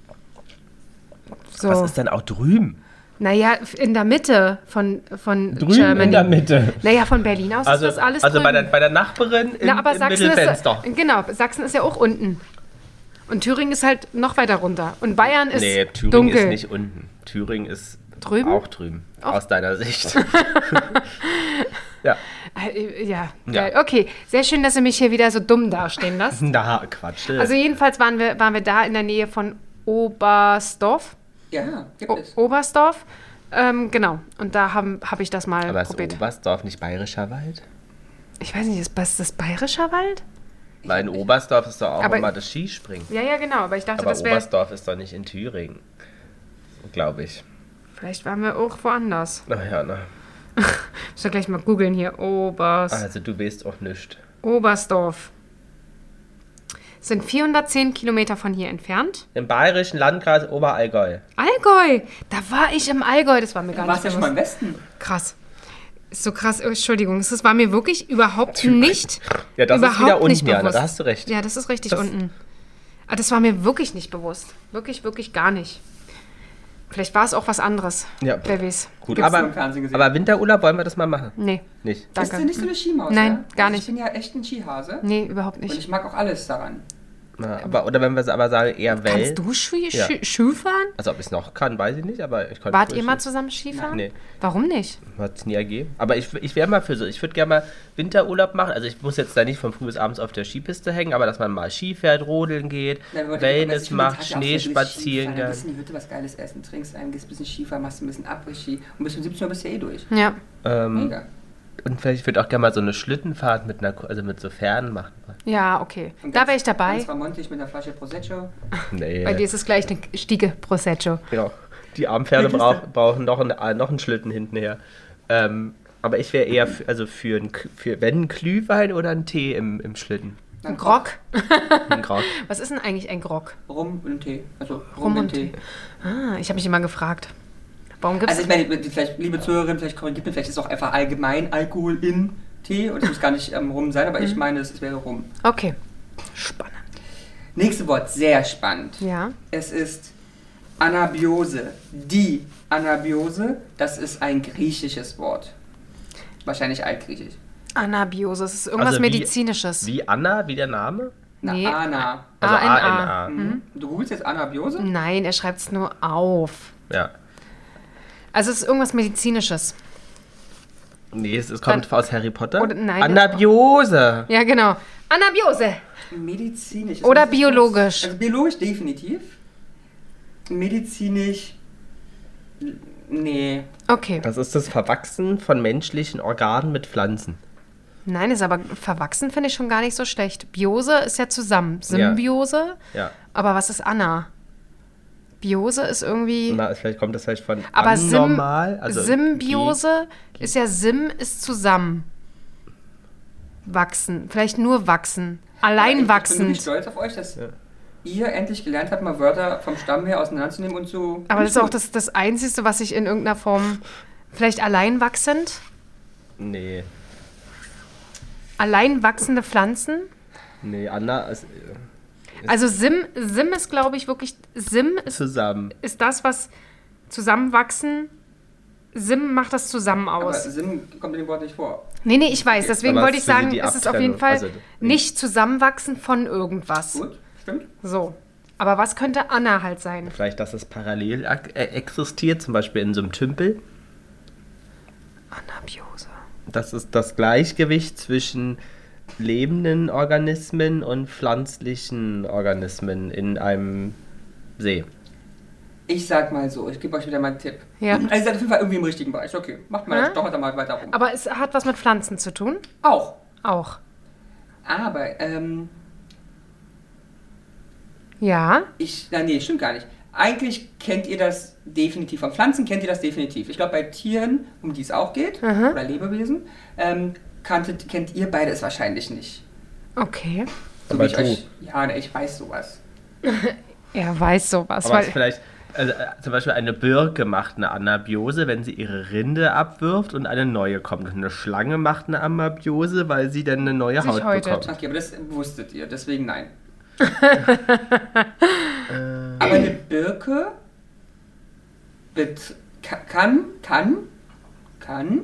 So. Was ist denn auch drüben? Naja, in der Mitte von, von Drüben Germany. in der Mitte. Naja, von Berlin aus Also, ist das alles also bei, der, drüben. bei der Nachbarin im, Na, aber im Sachsen Mittelfenster. ist, genau, Sachsen ist ja auch unten. Und Thüringen ist halt noch weiter runter. Und Bayern ist Nee, Thüringen dunkel. ist nicht unten. Thüringen ist Drüben? auch drüben. Aus deiner Sicht. ja. Äh, Ja, Ja. geil. Okay, sehr schön, dass ihr mich hier wieder so dumm dastehen lasst. Na, Quatsch. Also jedenfalls waren wir, waren wir da in der Nähe von Oberstdorf. Ja, gibt O es. Oberstdorf. Ähm, genau. Und da habe hab ich das mal aber ist probiert. Oberstdorf nicht bayerischer Wald? Ich weiß nicht, ist das, das bayerischer Wald? Weil in Oberstdorf ist doch auch Aber- immer das Skispringen. Ja, ja, genau. Aber ich dachte, Aber das wäre... Oberstdorf ist doch nicht in Thüringen. Glaube ich. Vielleicht waren wir auch woanders. Naja, na. Ich soll gleich mal googeln hier. Obers... Also du weißt auch nichts. Oberstdorf. Sind vierhundertzehn Kilometer von hier entfernt. Im bayerischen Landkreis Oberallgäu. Allgäu! Da war ich im Allgäu. Das war mir gar Du warst nicht ja schon mal im bewusst. Westen. Krass. Ist so krass. Oh, Entschuldigung. Das war mir wirklich überhaupt nicht Ja, das überhaupt ist wieder unten, nicht Jana, bewusst. da hast du recht. Ja, das ist richtig Das- unten. Aber das war mir wirklich nicht bewusst. Wirklich, wirklich gar nicht. Vielleicht war es auch was anderes. Ja. Wer weiß. Gut, Gibt's- aber, im Fernsehen gesehen. aber Winterurlaub wollen wir das mal machen? Nee, Nicht. Bist danke. du nicht so eine Skimaus? Nein, ja? gar Also nicht. Ich bin ja echt ein Skihase. Nee, überhaupt Und nicht. ich mag auch alles daran. Na, aber, oder wenn wir es aber sagen, eher Welt. Kannst du Ski, Ja. Ski, Ski fahren? Also ob ich es noch kann, weiß ich nicht, aber ich konnte Wart früher ihr mal schon. zusammen Skifahren? Nee. Warum nicht? Hat es nie ergeben. Aber ich, ich wäre mal für so, ich würde gerne mal Winterurlaub machen. Also ich muss jetzt da nicht von früh bis abends auf der Skipiste hängen, aber dass man mal Ski fährt, rodeln geht, Ja, wir wollten- Wellness ich finde, macht, Tag ja auch so dieses Skifahren, Dann Schneespaziergang. gehst du in die Hütte was Geiles essen, trinkst ein, gehst ein bisschen Skifahren, machst ein bisschen Après-Ski und bis um siebzehn Uhr bist du ja eh durch. Ja. Ähm, Mega. und vielleicht würde ich auch gerne mal so eine Schlittenfahrt mit einer, also mit so Fähren machen. Ja, okay. Und Da ganz- wäre ich dabei. Ganz vermontig mit einer Flasche Prosecco. Nee. Bei dir ist es gleich eine Stiege Prosecco. Ja, die armen Pferde Wie ist brauch, brauchen noch einen, äh, noch einen Schlitten hintenher. Ähm, aber ich wäre eher für, also für, ein, K- für wenn ein Glühwein oder ein Tee im, im Schlitten. Ein Grog. Ein Grog. Was ist denn eigentlich ein Grog? Rum und Tee. Also Rum, Rum und und Tee. Ah, ich habe mich immer gefragt. Warum gibt es... Also ich meine, vielleicht, liebe Zuhörerin, vielleicht korrigiert mir, vielleicht ist es auch einfach allgemein Alkohol in Tee und es muss gar nicht ähm, Rum sein, aber ich meine, es, es wäre Rum. okay. Spannend. Nächste Wort, sehr spannend. Ja. Es ist Anabiose. Die Anabiose, das ist ein griechisches Wort. Wahrscheinlich altgriechisch. Anabiose. Das ist irgendwas Also wie- Medizinisches. Wie Anna, wie der Name? Na, Nee. Ana. Also A N A. A N A. Mhm. Du googelst jetzt Anabiose? Nein, er schreibt es nur auf. Ja. Also es ist irgendwas Medizinisches. Nee, es, es kommt Dann- aus Harry Potter. Oder- nein. Anabiose. Ja, genau. Anabiose. Medizinisch. Oder Das ist- biologisch. Also biologisch definitiv. Medizinisch. Nee. Okay. Das ist das Verwachsen von menschlichen Organen mit Pflanzen. Nein, ist aber verwachsen finde ich schon gar nicht so schlecht. Biose ist ja zusammen. Symbiose. Ja. Aber was ist Anna? Biose ist irgendwie... Na, vielleicht kommt das vielleicht von aber Sim anormal. Also Symbiose ist ja Sim ist zusammen. Wachsen. Vielleicht nur wachsen. Allein Ich bin wirklich wachsend. stolz auf euch, dass ihr endlich gelernt habt, mal Wörter vom Stamm her auseinanderzunehmen und zu... Aber das ist auch das, das Einzige, was ich in irgendeiner Form... Vielleicht allein wachsend? Nee, Allein wachsende Pflanzen? nee, Anna ist äh, Also Sim, Sim ist, glaube ich, wirklich... Sim ist, zusammen. ist das, was zusammenwachsen... Sim macht das zusammen Aber aus. Sim kommt in dem Wort nicht vor. Nee, nee, ich weiß. Deswegen Aber wollte es ich ist für sagen, die es ist auf jeden Abtrennung. Fall Also, nicht zusammenwachsen von irgendwas. Gut, stimmt. So. Aber was könnte Anna halt sein? Vielleicht, dass es parallel ak- äh, existiert, zum Beispiel in so einem Tümpel. Anabiose. Das ist das Gleichgewicht zwischen lebenden Organismen und pflanzlichen Organismen in einem See. Ich sag mal so, ich gebe euch wieder mal einen Tipp. Ja. Also ihr seid auf jeden Fall irgendwie im richtigen Bereich. Okay, macht mal, Ja. stochert da mal weiter rum. Aber es hat was mit Pflanzen zu tun? Auch. Auch. Aber, ähm, Ja. ich, na nee, stimmt gar nicht. Eigentlich kennt ihr das definitiv. Von Pflanzen kennt ihr das definitiv. Ich glaube, bei Tieren, um die es auch geht, Mhm. oder Lebewesen, ähm, kanntet, kennt ihr beide es wahrscheinlich nicht. Okay. So Aber wie ich du. euch, ja, ich weiß sowas. Er weiß sowas. Aber Weil, es vielleicht, also, äh, zum Beispiel eine Birke macht eine Anabiose, wenn sie ihre Rinde abwirft und eine neue kommt. Und eine Schlange macht eine Anabiose, weil sie dann eine neue Sich Haut häutet. bekommt. Okay, aber das wusstet ihr, deswegen nein. Aber eine Birke bet ka- kann, kann, kann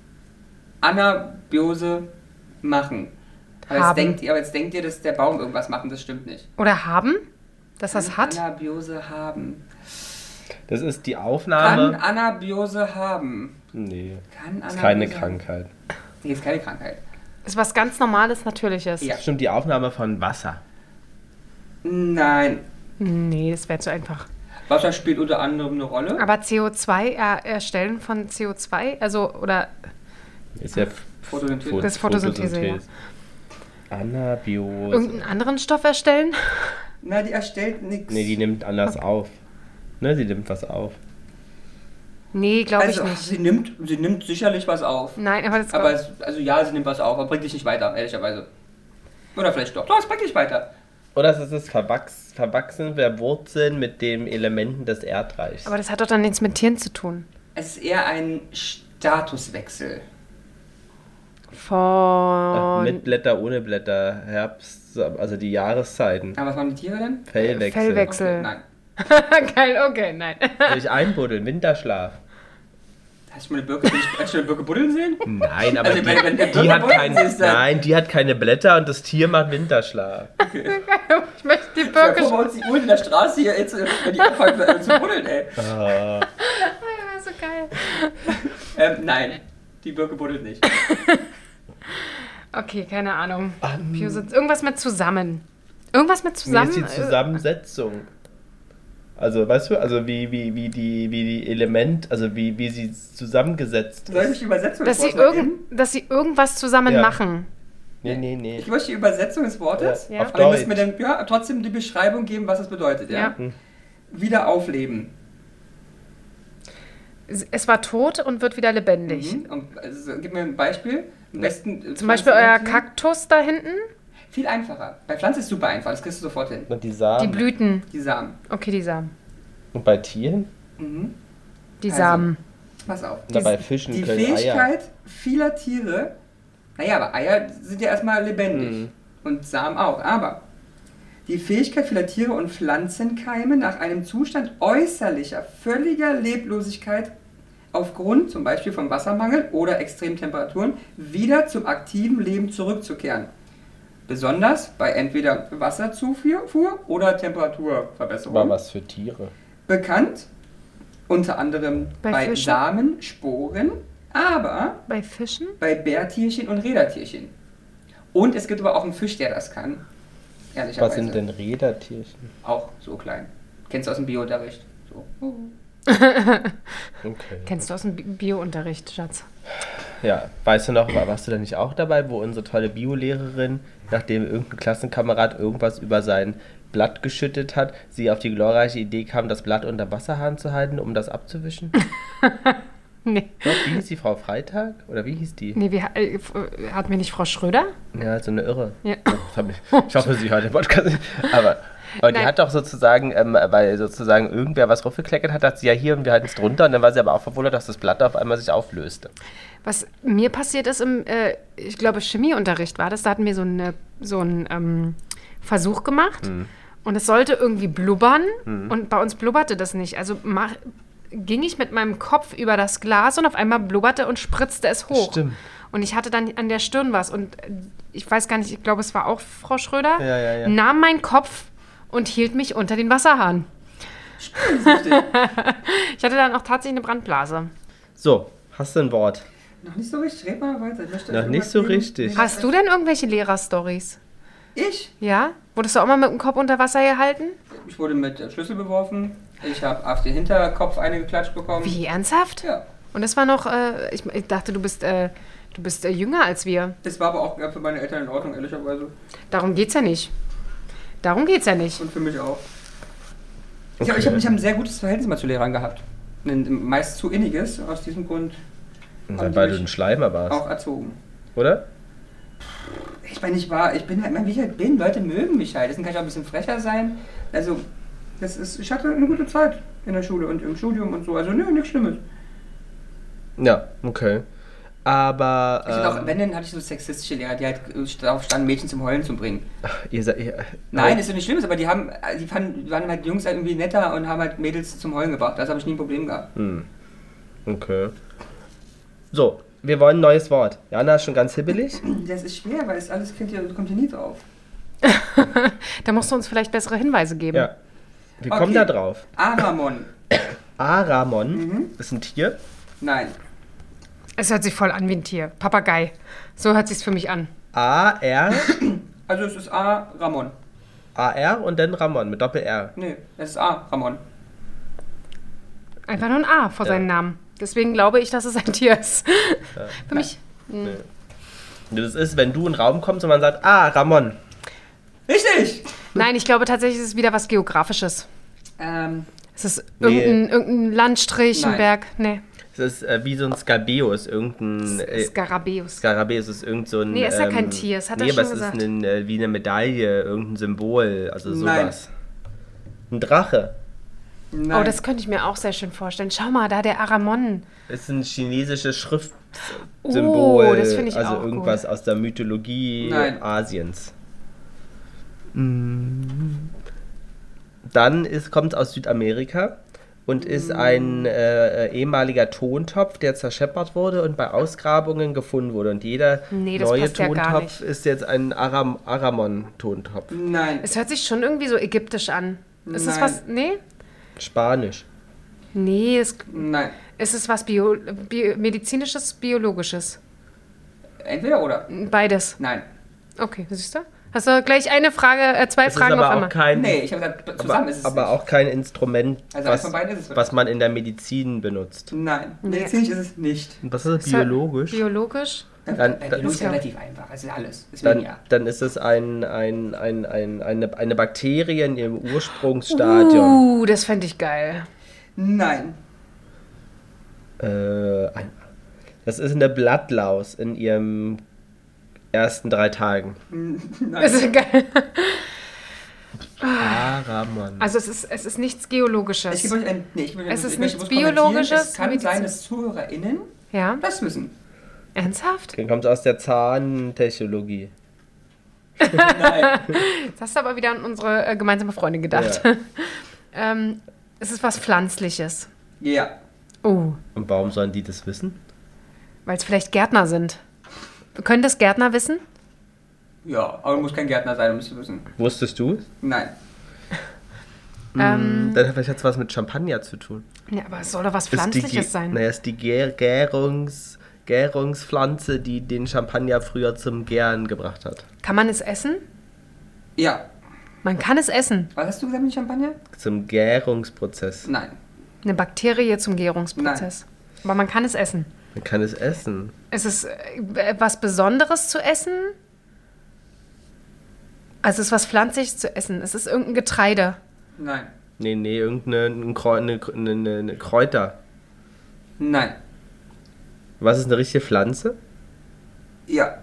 Anabiose machen. Aber jetzt, Haben. denkt ihr, aber jetzt denkt ihr, dass der Baum irgendwas macht und das stimmt nicht. oder haben? Dass das hat? Anabiose haben. Das ist die Kann Aufnahme. Anabiose haben. Nee, Kann ist keine Anabiose haben. Krankheit. Nee, ist keine Krankheit. Ist was ganz Normales, Natürliches. Ja. Stimmt, die Aufnahme von Wasser. Nein. Nee, das wäre zu einfach. Wasser spielt unter anderem eine Rolle. Aber C O zwei, er, Erstellen von C O zwei, also, oder Ist ja Photosynthese. Das ist Photosynthese, ja. Anabiose. Irgendeinen anderen Stoff erstellen? Na, die erstellt nichts. Nee, die nimmt anders auf. Ne, sie nimmt was auf. Nee, glaube also, ich nicht. Sie nimmt, sie nimmt sicherlich was auf. Nein, aber das Aber es, also ja, sie nimmt was auf, aber bringt dich nicht weiter, ehrlicherweise. Oder vielleicht doch. Doch, es bringt dich weiter. Oder es ist das Verwachs Verwachsen der Wurzeln mit den Elementen des Erdreichs. aber das hat doch dann nichts mit Tieren zu tun. Es ist eher ein Statuswechsel. Von Mit Blätter, ohne Blätter, Herbst, also die Jahreszeiten. Aber was machen die Tiere denn? Fellwechsel. Fellwechsel. Okay, nein. Geil, okay, nein. Sich einbuddeln, Winterschlaf. Hast du schon mal eine Birke, hast du schon eine Birke buddeln sehen? Nein, aber Also, die, wenn- wenn der die Birke hat buddeln kein, siehst, dann- nein, die hat keine Blätter und das Tier macht Winterschlaf. Ich möchte die Ja, Birke guck mal, uns die Uhren in der Straße hier jetzt, wenn die anfangen äh, zu buddeln, ey. Ah. Ah, so geil. Ähm, nein, die Birke buddelt nicht. Okay, keine Ahnung. Um, Biositz- Irgendwas mit zusammen. Irgendwas mit Wie zusammen? ist die Zusammensetzung? Also, weißt du, also wie, wie, wie, die, wie die Element, also wie, wie sie zusammengesetzt Soll ich ist. die Übersetzung dass, des sie Wortes mal irgend, dass sie irgendwas zusammen Ja. machen. Nee, nee, nee. Ich möchte die Übersetzung des Wortes. Ja. Auf Aber ihr müsst Deutsch. mir dann ja, trotzdem die Beschreibung geben, was es bedeutet. Ja? Ja. Hm. Wieder aufleben. Es es war tot und wird wieder lebendig. Mhm. Und, also, gib mir ein Beispiel. Am besten, äh, Zum Beispiel euer Pflanzen- Kaktus da hinten. Viel einfacher. Bei Pflanzen ist es super einfach, das kriegst du sofort hin. Und die Samen. Die Blüten. Die Samen. Okay, die Samen. Und bei Tieren? Mhm. Die Also, Samen. Pass auf. Oder bei Fischen Die können Eier. Fähigkeit vieler Tiere, naja, aber Eier sind ja erstmal lebendig. Mhm. Und Samen auch. Aber die Fähigkeit vieler Tiere und Pflanzenkeime nach einem Zustand äußerlicher, völliger Leblosigkeit aufgrund zum Beispiel von Wassermangel oder extremen Temperaturen wieder zum aktiven Leben zurückzukehren. Besonders bei entweder Wasserzufuhr oder Temperaturverbesserung. War was für Tiere. Bekannt unter anderem Bei bei, Fischen? Samen, Sporen, aber Bei Fischen? bei Bärtierchen und Rädertierchen. Und es gibt aber auch einen Fisch, der das kann. Ehrlicherweise. Was sind denn Rädertierchen? Auch so klein. Kennst du aus dem Biounterricht? So. Okay. Kennst du aus dem Bi- Bio-Unterricht, Schatz? Ja, weißt du noch, war- warst du da nicht auch dabei, wo unsere tolle Biolehrerin, nachdem irgendein Klassenkamerad irgendwas über sein Blatt geschüttet hat, sie auf die glorreiche Idee kam, das Blatt unter Wasserhahn zu halten, um das abzuwischen? Nee. Doch, wie hieß die Frau Freitag? Oder wie hieß die? Nee, wie, äh, f- hat mir nicht Frau Schröder? Ja, so eine Irre. Ja. Das hab ich, ich hoffe, sie hört den Podcast nicht. Aber, aber die Nein. hat doch sozusagen, ähm, weil sozusagen irgendwer was raufgekleckert hat, hat sie ja hier und wir halten es drunter und dann war sie aber auch verwundert, dass das Blatt auf einmal sich auflöste. Was mir passiert ist im, äh, ich glaube, Chemieunterricht war das, da hatten wir so, eine, so einen ähm, Versuch gemacht Mhm. und es sollte irgendwie blubbern und bei uns blubberte das nicht. Also mach, ging ich mit meinem Kopf über das Glas und auf einmal blubberte und spritzte es hoch. Stimmt. Und ich hatte dann an der Stirn was und äh, ich weiß gar nicht, ich glaube, es war auch Frau Schröder, Ja, ja, ja. nahm meinen Kopf und hielt mich unter den Wasserhahn. Ich hatte dann auch tatsächlich eine Brandblase. So, hast du ein Wort? Noch nicht so richtig. Red mal weiter. Ich möchte Noch nicht so richtig. Hast du denn irgendwelche Lehrerstories? Ich? Ja? Wurdest du auch mal mit dem Kopf unter Wasser gehalten? Ich wurde mit äh, Schlüssel beworfen. Ich habe auf den Hinterkopf eine geklatscht bekommen. Wie, ernsthaft? Ja. Und das war noch, äh, ich, ich dachte, du bist, äh, du bist äh, jünger als wir. Das war aber auch äh, für meine Eltern in Ordnung, ehrlicherweise. Darum geht's ja nicht. Darum geht's ja nicht. Und für mich auch. Ich habe ich hab, ich hab ein sehr gutes Verhältnis mal zu Lehrern gehabt. Ein meist zu inniges. Aus diesem Grund Ja, haben die weil du mich ein Schleimer warst, auch erzogen. oder? Ich meine, ich war, ich bin halt, wie ich halt bin. Leute mögen mich halt. Deswegen kann ich auch ein bisschen frecher sein. Also, das ist, ich hatte eine gute Zeit in der Schule und im Studium und so. Also, nö, nichts Schlimmes. Ja, okay. Aber, Ich hatte auch, ähm, wenn, dann hatte ich so sexistische Lehrer, die halt darauf standen, Mädchen zum Heulen zu bringen. ihr seid... Ihr, Nein, ist doch nicht schlimm, aber die haben, die fanden, die waren halt Jungs halt irgendwie netter und haben halt Mädels zum Heulen gebracht. Das habe ich nie ein Problem gehabt. Hm. Okay. So, wir wollen ein neues Wort. Jana ist schon ganz hibbelig. Das ist schwer, weil es alles kommt hier, kommt hier nie drauf. Da musst du uns vielleicht bessere Hinweise geben. Ja. Wir kommen Okay. da drauf. Aramon. Aramon Mhm. ist ein Tier. Nein. Es hört sich voll an wie ein Tier. Papagei. So hört sich's für mich an. A-R, Also es ist A, Ramon. A-R und dann Ramon mit Doppel-R. Nee, es ist A, Ramon. Einfach nur ein A vor Ja. seinem Namen. Deswegen glaube ich, dass es ein Tier ist. Ja. Für mich. Nee. Das ist, wenn du in den Raum kommst und man sagt, ah, Ramon. Richtig! Nein, ich glaube tatsächlich, es ist wieder was Geografisches. Ähm, Es ist Nee. irgendein, irgendein Landstrich, ein Nein. Berg. Nee, Es ist äh, wie so ein Skarabäus, irgendein... Äh, Skarabäus. Skarabäus ist irgend so ein... Nee, ist ja kein Tier, das hat er nee, schon aber gesagt. es ist ein, äh, wie eine Medaille, irgendein Symbol, also Nein. sowas. Ein Drache. nein. Oh, das könnte ich mir auch sehr schön vorstellen. Schau mal, da der Aramon. Ist ein chinesisches Schriftsymbol. Oh, das finde ich also auch irgendwas aus der Mythologie Nein. Asiens. Mm. Dann kommt es aus Südamerika und ist ein äh, äh, ehemaliger Tontopf, der zerscheppert wurde und bei Ausgrabungen gefunden wurde. Und jeder Nee, das neue passt ja gar Tontopf nicht. ist jetzt ein Aram Aramon-Tontopf. Nein. Es hört sich schon irgendwie so ägyptisch an. Ist es Nein. was? Nee? Spanisch. Nee, es, Nein. ist es was Bio, Bio, medizinisches, biologisches? Entweder oder. Beides. Nein. Okay, siehst du? Hast du gleich eine Frage, äh, zwei Es ist Fragen auf aber auch einmal? kein, Nee, ich habe gesagt, zusammen aber, ist es aber nicht. auch kein Instrument, Also eins was, von beiden ist es. was man in der Medizin benutzt. Nein. Nee. Medizinisch ist es nicht. Und was ist Ist halt biologisch? Biologisch? Dann- Dann, dann- dann ist Ja. relativ einfach. Es ist alles. Deswegen Dann, ja. dann ist es ein, ein, ein, ein, eine, eine Bakterie in ihrem Ursprungsstadium. Uh, das fände ich geil. Nein. Äh, ein, das ist eine Blattlaus in ihrem ersten drei Tagen. Das ist geil. Aramon. Also es ist, es ist nichts Ich Geologisches. gebe euch ein. Nee, ich will, Es ist ich möchte nichts bloß kommentieren. Biologisches, Es kann Medizin- sein, dass ZuhörerInnen Ja? das wissen. Ernsthaft? Dann kommt es aus der Zahntechnologie. Nein. Jetzt hast du aber wieder an unsere äh, gemeinsame Freundin gedacht. ähm, es ist was Pflanzliches. Ja. Oh, Und warum sollen die das wissen? weil es vielleicht Gärtner sind. Können das Gärtner wissen? Ja, aber du musst kein Gärtner sein, um es zu wissen. Wusstest du? Nein. Ähm, Dann vielleicht hat es was mit Champagner zu tun. ja, aber es soll doch was Ist die, Pflanzliches Ge- sein. Naja, ist die Gär Gärungs, Gärungspflanze, die den Champagner früher zum Gären gebracht hat. Kann man es essen? Ja. Man kann es essen. Was hast du gesagt mit Champagner? Zum Gärungsprozess. Nein. Eine Bakterie zum Gärungsprozess. Aber man kann es essen. Man kann es essen. Ist es äh, was Besonderes zu essen? Also es ist was Pflanzliches zu essen. Es ist irgendein Getreide. Nein. Nee, nee, irgendeine ein Kreu- eine, eine, eine Kräuter. Nein. Was ist eine richtige Pflanze? Ja.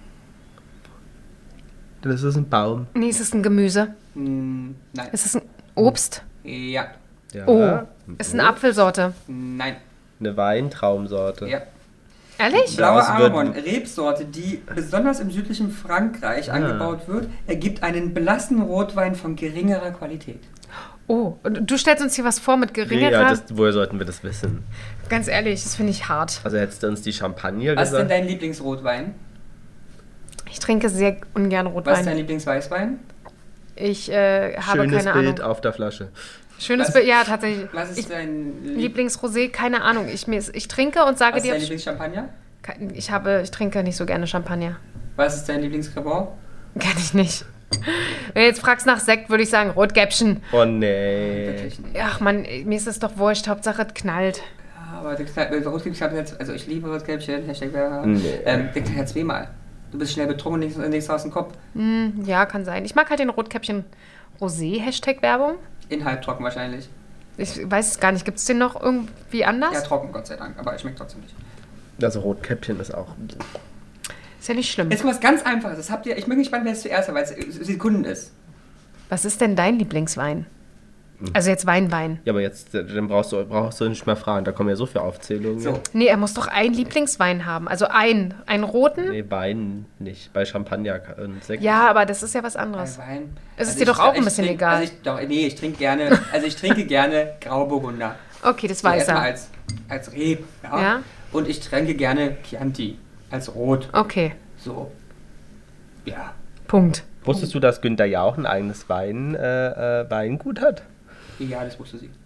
Das ist ein Baum. Nee, es ist ein Gemüse. Hm, nein. Es ist ein Obst. Ja. Ja. Oh, es ist eine Apfelsorte. Nein. Eine Weintraumsorte. Ja. Ehrlich? Blaue Daraus wird- Aramon, Rebsorte, die besonders im südlichen Frankreich angebaut wird, ergibt einen blassen Rotwein von geringerer Qualität. Oh, und du stellst uns hier was vor mit geringerer... Ja, das, woher sollten wir das wissen? Ganz ehrlich, das finde ich hart. Also hättest du uns die Champagner Was ist denn gesagt? dein Lieblingsrotwein? Ich trinke sehr ungern Was ist dein Rotwein. Lieblingsweißwein? Ich äh, habe Schönes keine Bild Ahnung. auf der Flasche. Schönes Was- Bild, ja, tatsächlich. Was ist Ich, dein, Lieb Lieblingsrosé, keine Ahnung. Ich, mir ist, ich trinke und sage was ist dir... dein Lieblingschampagner? Ich habe, ich trinke nicht so gerne Champagner. Was ist dein Lieblingscrebant? Kann ich nicht. Wenn du jetzt fragst nach Sekt, würde ich sagen Rotkäppchen. Oh nee. Wirklich nicht. Ach man, mir ist es doch wurscht, Hauptsache es knallt. Ja, aber der Knall, äh, Rotkäppchen, hab ich jetzt- also ich liebe Rotkäppchen, Hashtag wer- Nee. ähm, der knallt ja zweimal. Du bist schnell betrunken und nichts, nichts aus dem Kopf. Hm, ja, kann sein. Ich mag halt den Rotkäppchen Rosé, Hashtag Werbung. In halbtrocken wahrscheinlich. Ich weiß es gar nicht. Gibt es den noch irgendwie anders? Ja, trocken, Gott sei Dank, aber es schmeckt trotzdem nicht. Also Rotkäppchen ist auch... Ist ja nicht schlimm. Jetzt kommt was ganz Einfaches. Das habt ihr, ich bin gespannt, wer es zuerst hat, weil es Sekunden ist. Was ist denn dein Lieblingswein? Also jetzt Weinwein. Ja, aber jetzt äh, dann brauchst du, brauchst du nicht mehr fragen. Da kommen ja so viele Aufzählungen. So. Nee, er muss doch einen Lieblingswein haben. Also einen. Einen roten? Nee, Wein nicht. Bei Champagner und Sekt. Ja, aber das ist ja was Bei anderes. Wein. Es ist Also dir doch ich- auch ein ich bisschen trink, egal. Also ich, doch, nee, ich trinke gerne, also ich trinke gerne Grauburgunder. Okay, das So weiß erstmal er. als, als Reb. Ja? Ja. Und ich trinke gerne Chianti als Rot. Okay, So. Ja. Punkt. Wusstest du, dass Günther Jauch ein eigenes Wein, äh, äh, Weingut hat? Ja, das wusste sie.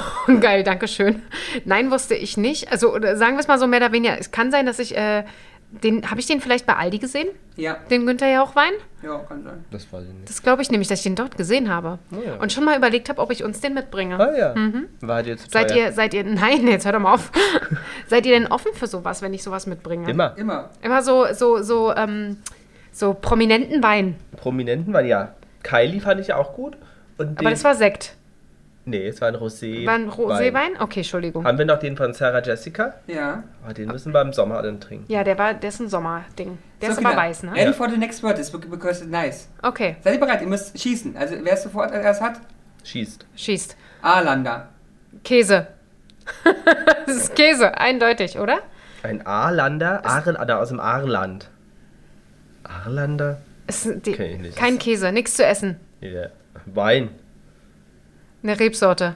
Geil, danke schön. Nein, wusste ich nicht. Also oder sagen wir es mal so mehr oder weniger. Es kann sein, dass ich äh, Den, habe ich den vielleicht bei Aldi gesehen? Ja, Den Günther Jauch-Wein? ja, kann sein. Das weiß ich nicht. Das glaube ich nämlich, dass ich den dort gesehen habe. Oh ja. Und schon mal überlegt habe, ob ich uns den mitbringe. Ah ja. War dir zu Seid teuer? ihr, seid ihr, nein, jetzt hör doch mal auf. Seid ihr denn offen für sowas, wenn ich sowas mitbringe? Immer. Immer. Immer so, so, so, ähm, so prominenten Wein. Prominenten waren ja. Kylie fand ich auch gut. Und Aber den, das war Sekt. Nee, es war ein Rosé. War ein Roséwein? Okay, Entschuldigung. Haben wir noch den von Sarah Jessica? Ja. Oh, den müssen wir im Sommer dann trinken. Ja, der war, der ist ein Sommerding. Der So, ist aber Kinder, weiß, ne? Ready for the next word is because it's nice. Okay, Seid ihr bereit? Ihr müsst schießen. Also wer es sofort als erstes hat, Schießt. schießt. Aalander. Käse. Das ist Käse, eindeutig, oder? Ein Aarlander, Aarlander aus dem Aarland. Aarlander? Ist die, Kenn ich nicht. kein Käse, nichts zu essen. Ja. Wein. Eine Rebsorte.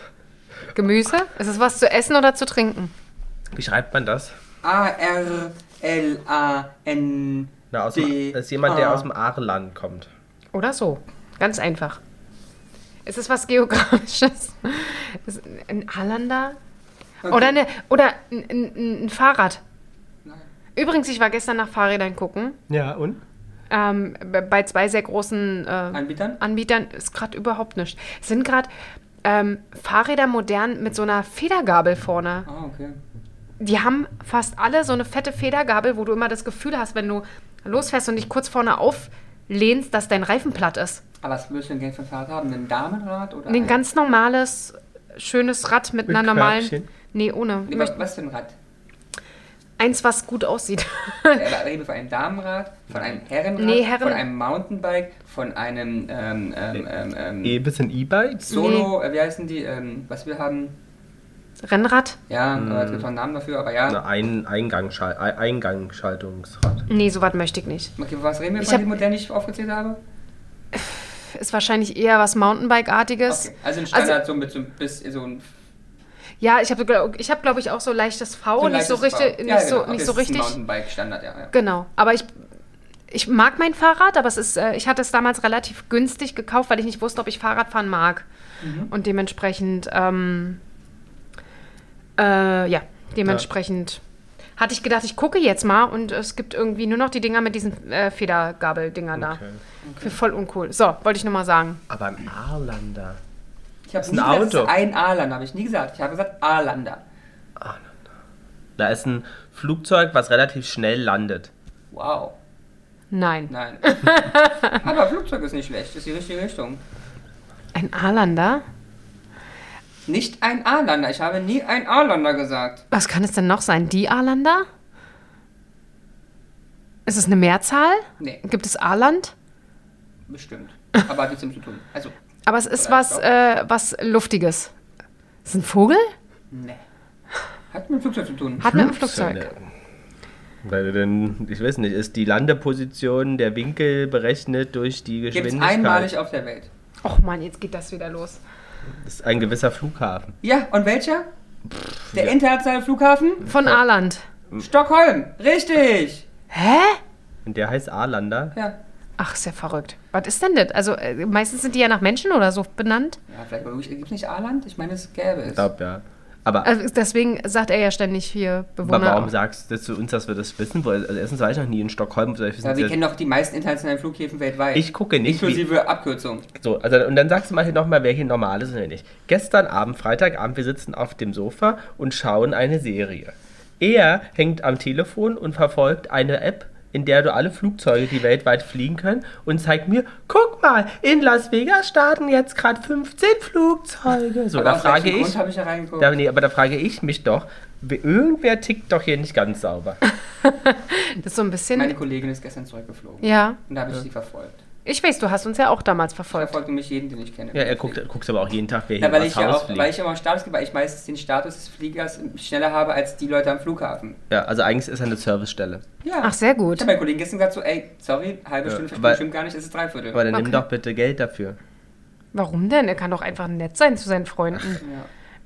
Gemüse? Ist es was zu essen oder zu trinken? Wie schreibt man das? A R L A N Na, aus dem, D. das ist jemand, der Ah. aus dem Aarland kommt. Oder so. Ganz einfach. Ist es was Geografisches? Ist ein Aarlander? Okay. Oder, eine, oder ein, ein, ein Fahrrad. Nein. Übrigens, ich war gestern nach Fahrrädern gucken. Ja, und? Ähm, bei- bei zwei sehr großen äh, Anbietern? Anbietern ist gerade überhaupt nichts. Es sind gerade ähm, Fahrräder modern mit so einer Federgabel vorne. Ah, okay. Die haben fast alle so eine fette Federgabel, wo du immer das Gefühl hast, wenn du losfährst und dich kurz vorne auflehnst, dass dein Reifen platt ist. Aber was würdest du denn gerne für ein Fahrrad haben? Ein Damenrad oder Ein ein... ganz normales, schönes Rad mit, Mit einer normalen... Körbchen? Nee, ohne. Ich Nee, möchte was, was für ein Rad? eins, was gut aussieht. Ja, aber reden wir von einem Damenrad, von einem Herrenrad, Nee, Herren- von einem Mountainbike, von einem ähm, ähm, ähm, ähm, Eh, bisschen E-Bike? Solo, äh, wie heißen die, ähm, was wir haben? Rennrad? Ja, äh, es gibt auch einen Namen dafür, aber ja. Eine Ein Eingangsschal Ein Eingangsschaltungsrad. Nee, so was möchte ich nicht. Okay, was reden wir Ich von hab- den Modellen, die ich aufgezählt habe? Ist wahrscheinlich eher was Mountainbike-artiges. Okay, also ein Standard so mit so ein bisschen so ein Ja, ich habe, glaub, ich hab, glaube ich, auch so leichtes V, so ein nicht so leichtes richtig. Bau. Nicht Ja, so, genau. nicht Okay, so es ist ein richtig. Mountainbike-Standard, ja, ja. Genau. Aber ich, ich mag mein Fahrrad, aber es ist, äh, ich hatte es damals relativ günstig gekauft, weil ich nicht wusste, ob ich Fahrradfahren mag. Mhm. Und dementsprechend, ähm, äh, ja, dementsprechend hatte ich gedacht, ich gucke jetzt mal und es gibt irgendwie nur noch die Dinger mit diesen äh, Federgabel-Dingern da. Okay. Für voll uncool. So, wollte ich nur mal sagen. Aber ein Aarlander. Ich habe ist nie ein gesagt, es Auto. ist ein Aalander, habe ich nie gesagt. Ich habe gesagt Aalander. Da ist ein Flugzeug, was relativ schnell landet. Wow. Nein. Nein. Aber Flugzeug ist nicht schlecht, ist die richtige Richtung. Ein Aarlander? Nicht ein Aalander. Ich habe nie ein Aalander gesagt. Was kann es denn noch sein? Die Aarlander? Ist es eine Mehrzahl? Nee, Gibt es Aarland? bestimmt. Aber hat nichts damit zu tun. Also, Aber es ist Vielleicht was, doch. äh, was Luftiges. Ist es ein Vogel? nee. Hat mit dem Flugzeug zu tun. Hat mit dem Flugzeug. Weil denn, ich weiß nicht, ist die Landeposition, der Winkel berechnet durch die Gibt es Geschwindigkeit? einmalig auf der Welt. Oh. Och man, jetzt geht das wieder los. Das ist ein gewisser Flughafen. Ja, und welcher? Der internationale Flughafen? Von Aarland. Stockholm. Richtig. Hä? Und der heißt Aarlander. Ja. Ach, ist ja verrückt. Was ist denn das? Also äh, meistens sind die ja nach Menschen oder so benannt. Ja, vielleicht gibt es nicht Aarland? Ich meine, es gäbe es. Ich glaube, ja. Aber, Also deswegen sagt er ja ständig hier Bewohner. aber warum sagst du zu uns, dass wir das wissen? Weil, also erstens war ich noch nie in Stockholm. Soll ich wissen, Ja, wir dass- kennen doch die meisten internationalen Flughäfen weltweit. ich gucke nicht, wie, Inklusive Abkürzung. so, also, und dann sagst du mal hier nochmal, wer hier normal ist oder nicht. Gestern Abend, Freitagabend, wir sitzen auf dem Sofa und schauen eine Serie. Er hängt am Telefon und verfolgt eine App, in der du alle Flugzeuge, die weltweit fliegen können, und zeigt mir, guck mal, in Las Vegas starten jetzt gerade fünfzehn Flugzeuge. So, Aber da aus frage welchem ich, Grund habe ich da reingeguckt? da, nee, aber da frage ich mich doch, wer- irgendwer tickt doch hier nicht ganz sauber. Das ist so ein bisschen. Meine Kollegin ist gestern zurückgeflogen. Ja. Und da habe ich sie verfolgt. Ich weiß, du hast uns ja auch damals Ich verfolgt. verfolge nämlich jeden, den ich kenne. Ja, er guckt, guckt aber auch jeden Tag, wer hier Ja, weil übers ich ja Haus auch, fliegt. weil ich immer Status gebe, weil ich meistens den Status des Fliegers schneller habe als die Leute am Flughafen. Ja, also eigentlich ist er eine Servicestelle. Ja. Ach, sehr Ich gut. habe meinen Kollegen gestern gesagt, so, ey, sorry, halbe Ja, Stunde aber- verstehe bestimmt gar nicht, es ist dreiviertel. Aber dann nimm Okay. doch bitte Geld dafür. Warum denn? Er kann doch einfach nett sein zu seinen Freunden. ja.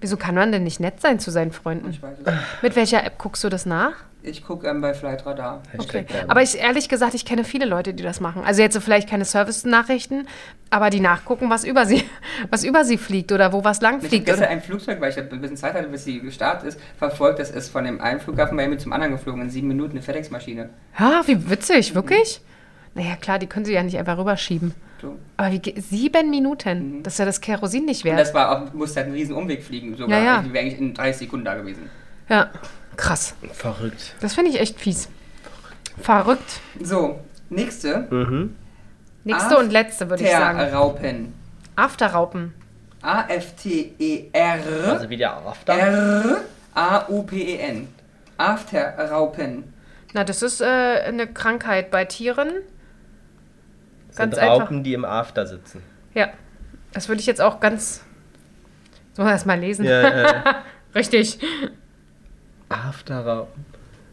Wieso kann man denn nicht nett sein zu seinen Freunden? Ich weiß es nicht. Mit welcher App guckst du das nach? Ich gucke ähm, bei Flightradar. Okay. Aber ich, ehrlich gesagt, ich kenne viele Leute, die das machen. Also jetzt so vielleicht keine Service-Nachrichten, aber die nachgucken, was über sie, was über sie fliegt oder wo was lang Ich habe fliegt. gestern Oder? ein Flugzeug, weil ich ein bisschen Zeit hatte, bis sie gestartet ist, verfolgt. Das ist von dem einen Flughafen Miami zum anderen geflogen. In sieben Minuten eine FedEx-Maschine. Ja, wie witzig, wirklich? Naja, klar, die können sie ja nicht einfach rüberschieben. So. Aber wie, ge- sieben Minuten? Das ist ja das Kerosin nicht Und wert. das war auch, musste halt einen riesen Umweg fliegen. Sogar. Ja, ja. Also die wäre eigentlich in dreißig Sekunden da gewesen. Ja, krass. Verrückt. Das finde ich echt fies. Verrückt. So, nächste. Mhm. Nächste und letzte, würde ich sagen. Afterraupen. Afterraupen. A F T E R Also wie der After. R A U P E N. Afterraupen. Na, das ist äh, eine Krankheit bei Tieren. Das Ganz sind einfach. Raupen, die im After sitzen. Ja, das würde ich jetzt auch ganz... So, erst mal lesen. Ja, äh, Richtig. Afterraupen.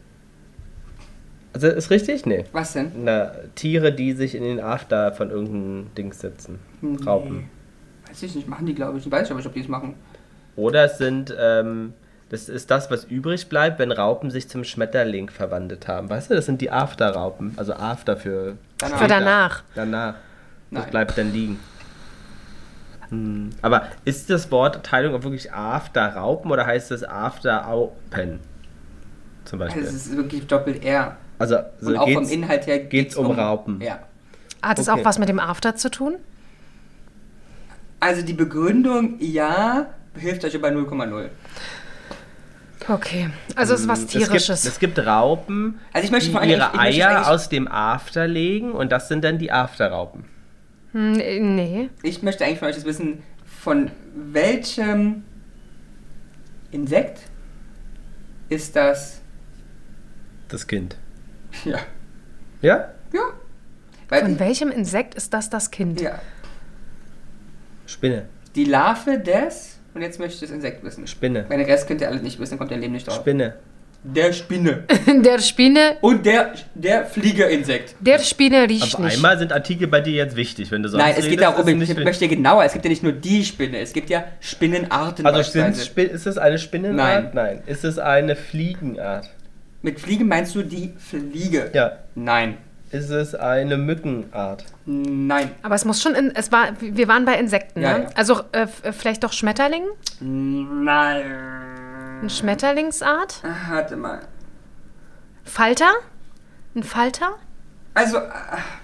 Also ist richtig? Nee. Was denn? Na, Tiere, die sich in den After von irgendeinem Dings setzen. Raupen. Weiß ich nicht, machen die, glaube ich. Ich weiß nicht, ob die es machen. Oder es sind, ähm, das ist das, was übrig bleibt, wenn Raupen sich zum Schmetterling verwandelt haben. Weißt du, das sind die After-Raupen. Also After für Danach. Für danach. Danach. Das Nein. bleibt dann liegen. Hm. Aber ist das Wort Teilung auch wirklich After-Raupen oder heißt das After-Aupen? Zum Beispiel. Also es ist wirklich doppelt R. Also so Und auch vom geht's, Inhalt her geht's um Raupen. Ja. Hat es Okay. auch was mit dem After zu tun? Also die Begründung, ja, hilft euch über null Komma null. Okay, also es ist was Es gibt, Tierisches. es gibt Raupen, Also ich möchte die vor allem- ihre ich- ich möchte Eier eigentlich- aus dem After legen und das sind dann die Afterraupen. Hm, äh, nee. Ich möchte eigentlich von euch das wissen, von welchem Insekt ist das? Das Kind. Ja. Ja? Ja. Weil Von welchem Insekt ist das das Kind? ja. Spinne. Die Larve des, und jetzt möchte ich das Insekt wissen. Spinne. Weil den Rest könnt ihr alle nicht wissen, kommt der Leben nicht drauf. Spinne. Der Spinne. Der Spinne, Und der, der Fliegerinsekt. der Spinne riecht Auf nicht. einmal sind Artikel bei dir jetzt wichtig, wenn du sonst Nein, es geht redest, darum, ist ich nicht wichtig. möchte genauer, es gibt ja nicht nur die Spinne, es gibt ja Spinnenarten Also beispielsweise. sind Spin ist es eine Spinnenart? Nein. Nein. Ist es eine Fliegenart? Mit Fliege meinst du die Fliege? Ja. Nein. Ist es eine Mückenart? Nein. Aber es muss schon, in, es war, wir waren bei Insekten, Ja, ne? ja. Also äh, f- vielleicht doch Schmetterling? Nein. Eine Schmetterlingsart? Ah, warte mal. Falter? Ein Falter? Also, äh,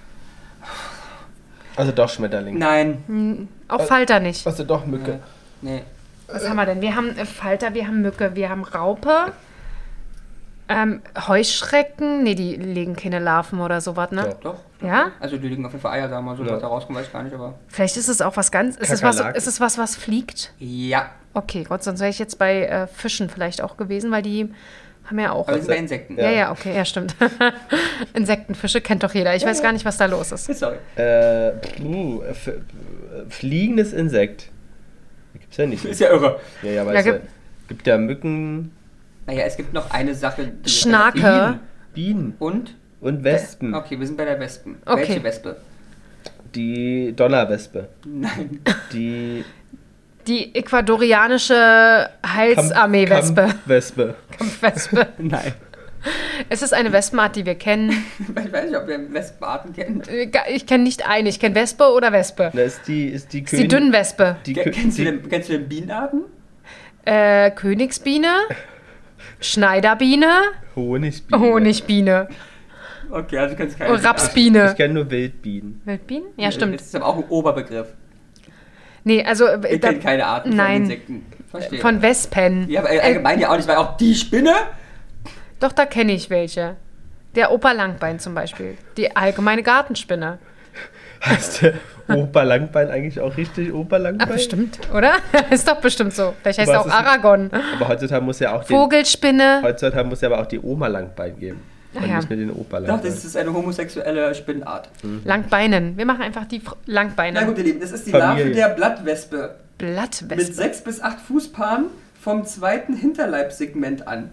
Also doch Schmetterling. nein. Auch Falter nicht. Also doch Mücke. Nee. Was haben wir denn? Wir haben äh, Falter, wir haben Mücke, wir haben Raupe, ähm, Heuschrecken. Nee, die legen keine Larven oder sowas, ne? Doch. Doch. Ja? Also, die liegen auf jeden Fall Eier, sagen wir mal so. Ja. Was da rauskommt, weiß ich gar nicht, aber. Vielleicht ist es auch was ganz. Ist es was, Kakerlaken. ist es was, was fliegt? Ja. Okay, Gott, sonst wäre ich jetzt bei äh, Fischen vielleicht auch gewesen, weil die haben ja auch. Aber wir sind bei Insekten. Ja, ja, okay, ja, stimmt. Insektenfische kennt doch jeder. Ich weiß gar nicht, was da los ist. Sorry. Äh, puh, f- f- fliegendes Insekt. Gibt's ja nicht. Ist ja irre. Ja, ja, aber Ja, es gibt- gibt ja Mücken, Naja, es gibt noch eine Sache. Die Schnake. Bienen, Bienen Und? und Wespen. Okay, wir sind bei der Wespen. Okay. Welche Wespe? Die Donnerwespe. Nein. Die Die ecuadorianische Heilsarmee-Wespe. Kampfwespe. Kampfwespe. Nein. Es ist eine Wespenart, die wir kennen. Ich weiß nicht, ob ihr Wespenarten kennt. Äh, ga- Ich kenne nicht eine. Ich kenne Wespe oder Wespe. Da ist die, ist die Das ist die König- Dünnwespe. Die, Ke- Kö- Kennst du, die, den, kennst du den Bienenarten? Äh, Königsbiene. Schneiderbiene. Honigbiene. Honigbiene. Okay, also du kennst keine. Und Rapsbiene. Ich kenne nur Wildbienen. Wildbienen? Ja, stimmt. Das ist aber auch ein Oberbegriff. Nee, also. äh, Ihr da- kennt keine Arten von Nein. Insekten. Verstehe. Von Wespen. ja, aber allgemein ja auch nicht, weil auch die Spinne. Doch, da kenne ich welche. Der Opa Langbein zum Beispiel. Die allgemeine Gartenspinne. Heißt der Opa Langbein eigentlich auch richtig Opa Ah, Langbein? bestimmt, oder? Ist doch bestimmt so. Vielleicht heißt er Was auch ist- Aragon. Aber heutzutage muss ja auch den, Vogelspinne. heutzutage muss ja aber auch die Oma Langbein geben. Ach Und ja. nicht nur den Opa Doch, Langbein. das ist eine homosexuelle Spinnenart. Langbeinen. Wir machen einfach die Fr- Langbeine. Na gut, ihr Lieben, das ist die Familie. Larve der Blattwespe. Mit Blattwespe. sechs bis acht Fußpaaren vom zweiten Hinterleibssegment an.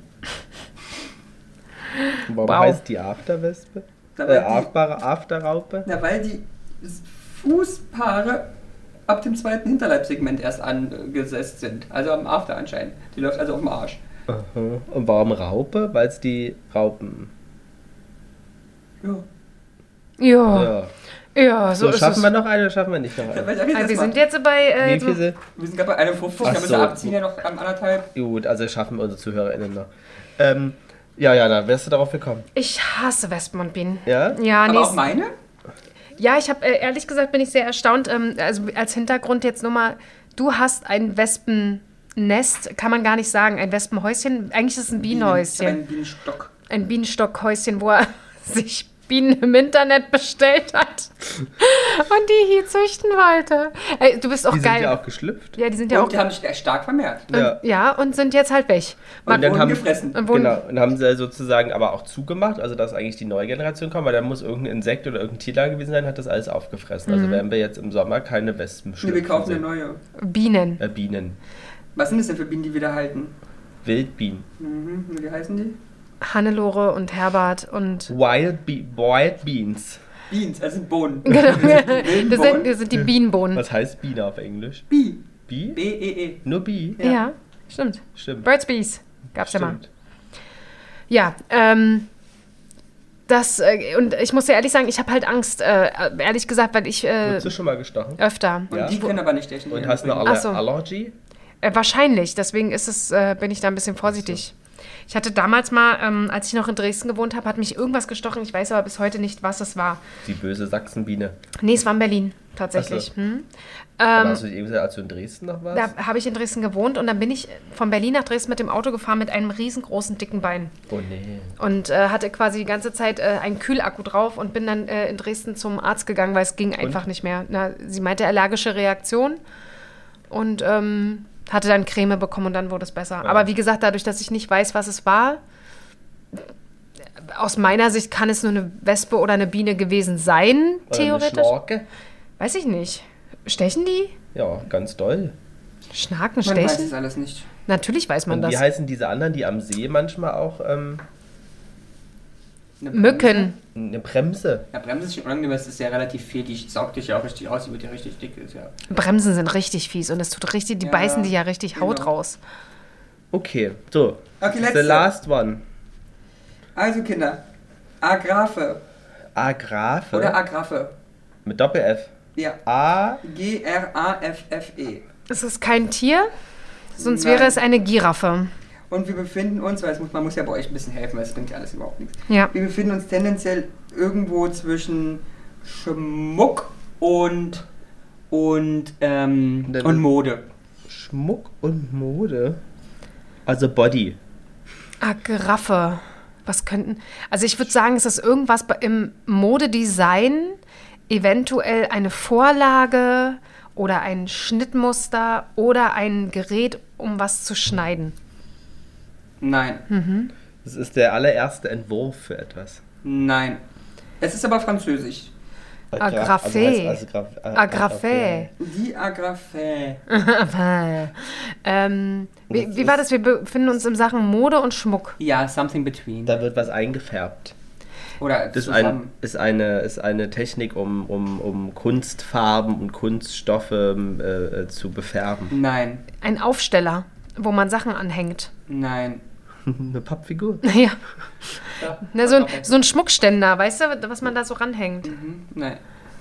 Warum Wow. heißt die Afterwespe? Na, Äh, weil die- After, Afterraupe? Na, weil die Fußpaare ab dem zweiten Hinterleibssegment erst angesetzt sind. Also am After anscheinend. Die läuft also auf dem Arsch. Aha. Und warum Raupe? Weil es die Raupen... Ja. Ja, Ja. ja, so, So, ist schaffen es. wir noch eine oder schaffen wir nicht noch Ja, eine? weil sag ich Also das wir mal. sind jetzt bei... Äh, Wie jetzt viel sind? Wir sind gerade bei einundfünfzig, Ach da müssen so. wir abziehen ja noch am anderthalb. Gut, also schaffen unsere ZuhörerInnen noch. Ähm, ja, Jana, wärst du darauf gekommen? ich hasse Wespen und Bienen. Ja? Ja, Aber nee, auch meine? ja, ich habe äh, ehrlich gesagt bin ich sehr erstaunt. Ähm, also als Hintergrund jetzt nur mal, du hast ein Wespennest, kann man gar nicht sagen, ein Wespenhäuschen. Eigentlich ist es ein Ich Bienenhäuschen. habe einen Bienenstock. Ein Bienenstockhäuschen, wo er sich Bienen im Internet bestellt hat und die hier züchten wollte. Ey, du bist auch Die geil. sind ja auch geschlüpft. ja, die sind ja Und auch die haben sich stark vermehrt. Ja. ja und sind jetzt halt weg. Und dann wurden haben- gefressen. Und wurden- Genau, und haben sie sozusagen aber auch zugemacht, also dass eigentlich die neue Generation kommt, weil da muss irgendein Insekt oder irgendein Tier da gewesen sein, hat das alles aufgefressen. Also werden wir jetzt im Sommer keine Wespen Nee, schlüpfen wir kaufen eine sehen. neue. Bienen. Äh, Bienen. Was sind das denn für Bienen, die wir da halten? Wildbienen. Mhm. Wie heißen die? Hannelore und Herbert und Wild, Be Wild Beans. Beans, das sind Bohnen. genau. Wilden das, sind, Bohnen? das sind die Bienenbohnen. Was heißt Biene auf Englisch? Bee. Bi? B E E. Nur Bi? Ja. Ja. stimmt. Stimmt. Birds Bees gab's ja mal. Stimmt. Ja, ähm, das, äh, und ich muss dir ehrlich sagen, ich habe halt Angst, äh, ehrlich gesagt, weil ich äh, Wurdest du schon mal gestochen? öfter. Und Ja. die können aber nicht stechen. Und hast eine Ach Aller so. Allergy? Äh, wahrscheinlich, deswegen ist es, äh, bin ich da ein bisschen vorsichtig. Ich hatte damals mal, ähm, als ich noch in Dresden gewohnt habe, hat mich irgendwas gestochen. Ich weiß aber bis heute nicht, was es war. Die böse Sachsenbiene. Nee, es war in Berlin, tatsächlich. Ach so. Hm. Aber Ähm, hast du irgendwie, als du in Dresden noch warst? da habe ich in Dresden gewohnt und dann bin ich von Berlin nach Dresden mit dem Auto gefahren mit einem riesengroßen, dicken Bein. Oh nee. Und äh, hatte quasi die ganze Zeit äh, einen Kühlakku drauf und bin dann äh, in Dresden zum Arzt gegangen, weil es ging einfach nicht mehr. Na, sie meinte allergische Reaktion und ähm, hatte dann Creme bekommen und dann wurde es besser. Ja. Aber wie gesagt, dadurch, dass ich nicht weiß, was es war, aus meiner Sicht kann es nur eine Wespe oder eine Biene gewesen sein, Oder eine theoretisch. Schnorke? Weiß ich nicht. Stechen die? Ja, ganz doll. Schnaken, Man weiß stechen? es alles nicht. Natürlich weiß man Und wie das. heißen diese anderen, die am See manchmal auch ähm, Eine Mücken. eine Bremse? Ja, Bremse ist schon unangenehm, es ist ja relativ viel. Die saugt dich ja auch richtig aus, die wird ja richtig dick. Ist ja. Bremsen sind richtig fies und es tut richtig, die Ja, beißen die ja richtig Haut genau. raus. Okay, so. Okay, The letzte. last one. Also Kinder, Agraffe Agraffe. oder Agraffe. Mit Doppel-F. Ja, A. G R A F F E. Es ist kein Tier, sonst Nein. wäre es eine Giraffe. Und wir befinden uns, weil es muss, man muss ja bei euch ein bisschen helfen, weil es bringt ja alles überhaupt nichts. Ja. Wir befinden uns tendenziell irgendwo zwischen Schmuck und und ähm, Dann- und Mode. Schmuck und Mode. Also Body. Agraffe. Was könnten. Also ich würde sagen, es ist irgendwas bei- im Modedesign, eventuell eine Vorlage oder ein Schnittmuster oder ein Gerät, um was zu schneiden. Nein, Das ist der allererste Entwurf für etwas. nein. Es ist aber französisch. Agraffe. Also heißt also Graf, äh, Agraffe. Die Agraffe. ähm, wie, Das wie war ist- das? Wir befinden uns in Sachen Mode und Schmuck. Ja, something between. Da wird was eingefärbt. Oder Das ist, zusammen. ein, ist, eine, ist eine Technik, um, um, um Kunstfarben und Kunststoffe äh, zu befärben. Nein, Ein Aufsteller, wo man Sachen anhängt. nein. Eine Pappfigur. Ja. Ja, Ne, so, ein, so ein Schmuckständer, weißt du, was man da so ranhängt? Mhm, nein.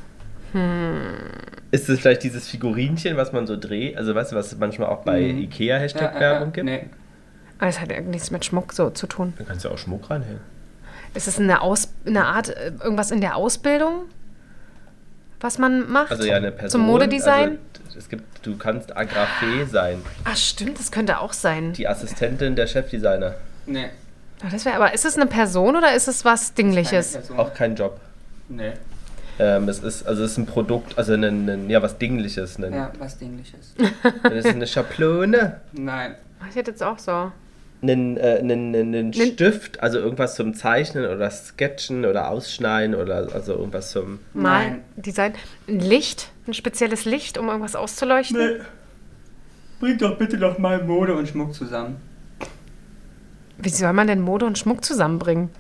Ist es vielleicht dieses Figurinchen, was man so dreht? Also weißt du, was manchmal auch bei Mhm. Ikea-Hashtag-Werbung gibt? Nee. Aber es hat ja nichts mit Schmuck so zu tun. Dann kannst du auch Schmuck ranhängen. Ist es eine, Aus, eine Art, äh, irgendwas in der Ausbildung, was man macht? Also ja, eine Person. Zum Modedesign? Also, es gibt, du kannst Agraffe sein. Ach stimmt, das könnte auch sein. Die Assistentin der Chefdesigner. Nee. Ach, das wär, aber ist es eine Person oder ist es was Dingliches? Keine Person. Auch kein Job. Nee. Ähm, es ist, also es ist ein Produkt, also ein, ein, ja, was Dingliches. Ein, Ja, was Dingliches. Das ist eine Schablone. Nein. Ach, ich hätte jetzt auch so. Einen, äh, einen, einen Nen- Stift, also irgendwas zum Zeichnen oder Sketchen oder Ausschneiden oder also irgendwas zum. Mal Nein. Design. Ein Licht, ein spezielles Licht, um irgendwas auszuleuchten. Nee. Bring doch bitte noch mal Mode und Schmuck zusammen. Wie soll man denn Mode und Schmuck zusammenbringen?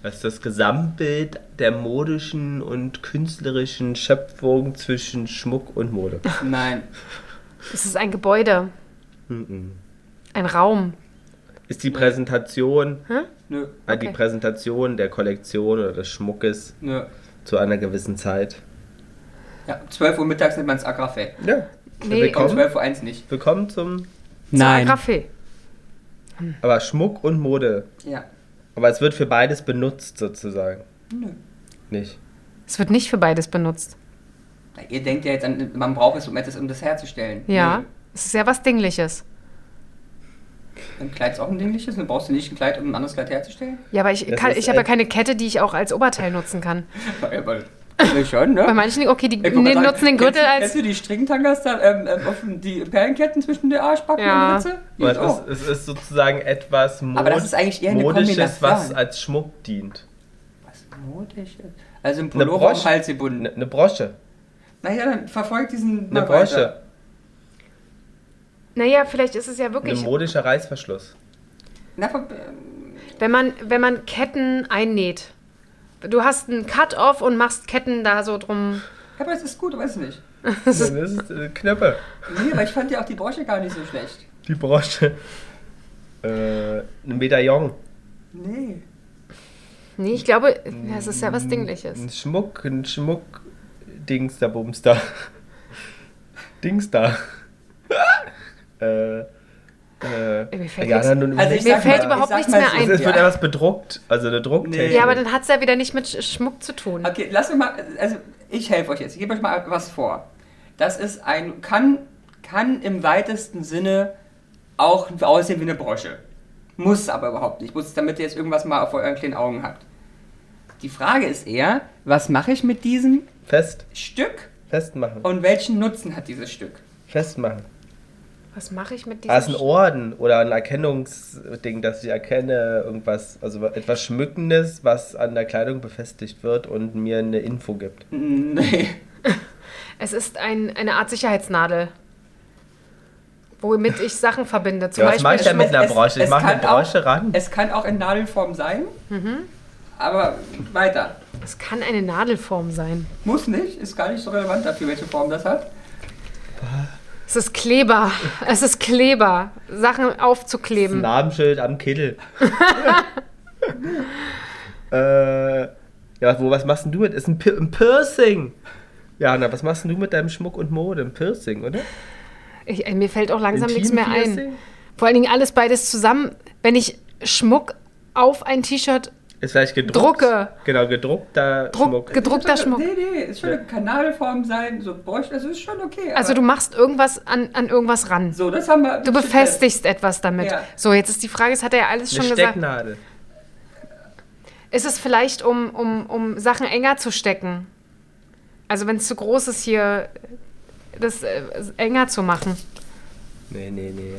Das ist das Gesamtbild der modischen und künstlerischen Schöpfung zwischen Schmuck und Mode. Nein. Es ist ein Gebäude. Mhm. Ein Raum. Ist die Präsentation, Nö. äh, die Okay. Präsentation der Kollektion oder des Schmuckes Nö. zu einer gewissen Zeit? Ja, zwölf Uhr mittags nennt man es Agrafé. Ja. Nee, Um Willkommen, zwölf Uhr eins nicht. willkommen zum... Zur Agrafé. Aber Schmuck und Mode. Ja. Aber es wird für beides benutzt sozusagen. Nö. Nicht. Es wird nicht für beides benutzt. Na, ihr denkt ja jetzt an, man braucht es, um etwas, um das herzustellen. Ja. Nö. Es ist ja was Dingliches. Ein Kleid ist auch ein dingliches, dann brauchst du nicht ein Kleid, um ein anderes Kleid herzustellen. Ja, aber ich, Das kann, ist ich habe ja ein- keine Kette, die ich auch als Oberteil nutzen kann. Ja, schon, ne? Bei manchen, okay, die Ich wollte nee, gerade nutzen den sagen, Gürtel kennst, du- als... Kennst du die Stringtangas da, ähm, ähm, auf die Perlenketten zwischen der Arschbacken Ja. und der Ritze? Die Aber ist auch. es ist, es ist sozusagen etwas Mod- Aber das ist eigentlich eher eine Modisches, Kombination. was als Schmuck dient. Was modisch ist. Also ein Eine Pullover um den Brosche. Hals gebunden. Eine ne Brosche. Naja, dann verfolgt diesen Eine mal weiter. Brosche. Naja, vielleicht ist es ja Ein wirklich... modischer Reißverschluss. Na, ver- ähm, Wenn man, wenn man Ketten einnäht. Du hast einen Cut-Off und machst Ketten da so drum. ja, aber es ist gut, weiß ich nicht. Das ist äh, Knöpfe. Nee, aber ich fand ja auch die Brosche gar nicht so schlecht. Die Brosche. Äh, ein Medaillon. Nee. Nee, ich glaube, ja, es ist ja was Dingliches. Ein Schmuck, ein Schmuck. Dings da, Bums da. Dings da. äh, äh, Mir fällt ja, nichts- dann, nun- Also ich Mir sag fällt mal, überhaupt ich sag nichts mal mehr so, ein. es wird ja. etwas bedruckt, also eine Drucktechnik. Nee. Ja, aber dann hat es ja wieder nicht mit Sch- Schmuck zu tun. Okay, lass mich mal, also ich helfe euch jetzt, ich gebe euch mal was vor. Das ist ein, kann, kann im weitesten Sinne auch aussehen wie eine Brosche. Muss aber überhaupt nicht. Muss, damit ihr jetzt irgendwas mal vor euren kleinen Augen habt. Die Frage ist eher, was mache ich mit diesem Fest, Stück festmachen. und welchen Nutzen hat dieses Stück? Festmachen. Was mache ich mit Ah, ist diesem ein Orden oder ein Erkennungsding, dass ich erkenne, irgendwas, also etwas Schmückendes, was an der Kleidung befestigt wird und mir eine Info gibt. Nee. Es ist ein, eine Art Sicherheitsnadel, womit ich Sachen verbinde. Zum Ja, was Beispiel mache ich denn mit Es- einer es- Brosche? Ich es mache eine kann auch- Brosche ran. Es kann auch in Nadelform sein, aber weiter. es kann eine Nadelform sein. Muss nicht, ist gar nicht so relevant dafür, welche Form das hat. Es ist Kleber. Es ist Kleber. Sachen Ein aufzukleben. Namensschild am Kittel. äh, ja, wo, was machst denn du mit? Ist ein, Pi- ein Piercing. Jana, was machst denn du mit deinem Schmuck und Mode? Ein Piercing, oder? Ich, ey, mir fällt auch langsam nichts mehr ein. Intim-Piercing? Vor allen Dingen alles beides zusammen. Wenn ich Schmuck auf ein T-Shirt, Ist vielleicht gedruckt. Drucke. Genau, gedruckter Druck, Schmuck. gedruckter Schmuck. Nee, nee, es schon kann Nadelform sein, so Brosche, das ist schon okay. Also aber- du machst irgendwas an, an irgendwas ran. So, das haben wir. Du befestigst etwas damit. Ja. So, jetzt ist die Frage, das hat er ja alles Eine schon gesagt. Stecknadel. Ist es vielleicht, um, um, um Sachen enger zu stecken? Also wenn es zu groß ist hier, das äh, enger zu machen. Nee, nee, nee.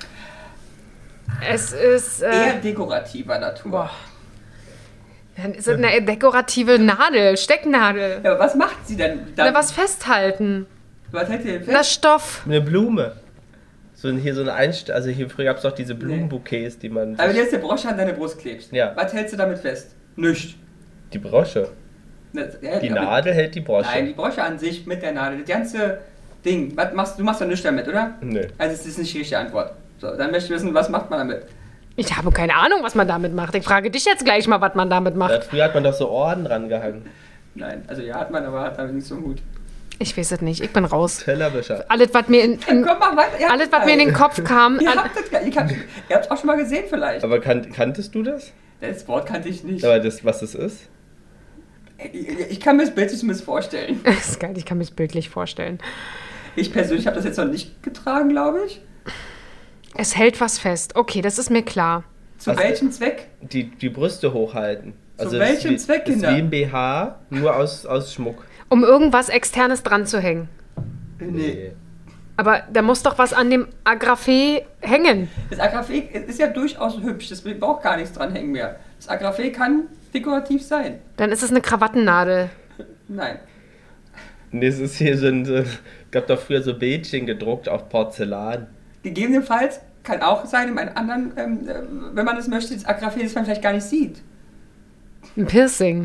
Es ist... Eher Äh, dekorativer Natur. boah. Dann ist es eine dekorative Nadel, Stecknadel. Ja, aber was macht sie denn? Dann, Na, was festhalten. was hält ihr denn Na, fest? Stoff. Eine Blume. So ein- hier so eine Einst also hier früher gab es doch diese Blumenbouquets, die man. Aber wenn du jetzt eine Brosche an deine Brust klebst, Ja. was hältst du damit fest? Nichts. Die Brosche. Das- ja, Die aber- Nadel hält die Brosche. Nein, die Brosche an sich mit der Nadel. Das ganze Ding. Was machst, du machst doch nichts damit, oder? Nö. Also, das ist nicht die richtige Antwort. So, dann möchte ich wissen, was macht man damit? Ich habe keine Ahnung, was man damit macht. Ich frage dich jetzt gleich mal, was man damit Ja, macht. früher hat man doch so Orden dran gehangen. Nein, also ja, hat man, aber hat damit nicht so gut. Ich weiß es nicht, ich bin raus. Tellerwischer. Alles, was mir in, in, Komm mal weiter. Ihr habt alles, das was mir in den gleich. Kopf kam... Ihr An, habt das gleich. Ich hab, ihr habt es auch schon mal gesehen vielleicht. Aber kan kanntest du das? Das Wort kannte ich nicht. Aber das, was das ist? Ich, ich kann mir das Bild zumindest vorstellen. das ist geil, ich kann mir das bildlich vorstellen. Ich persönlich habe das jetzt noch nicht getragen, glaube ich. Es hält was fest. Okay, das ist mir klar. Zu Was- welchem Zweck? Die, die Brüste hochhalten. Zu Also welchem es ist wie, Zweck, ist Kinder? wie ein B H, nur aus, aus Schmuck. Um irgendwas Externes dran zu hängen. Nee. Aber da muss doch was an dem Agrafé hängen. Das Agrafé ist ja durchaus hübsch. Das braucht gar nichts dranhängen mehr. Das Agrafé kann dekorativ sein. Dann ist es eine Krawattennadel. Nein. Nee, es ist hier so ein. So, gab doch früher so Bildchen gedruckt auf Porzellan. Gegebenenfalls kann auch sein, in einem anderen, ähm, äh, wenn man es möchte, das Agrafé, das man vielleicht gar nicht sieht. Ein Piercing.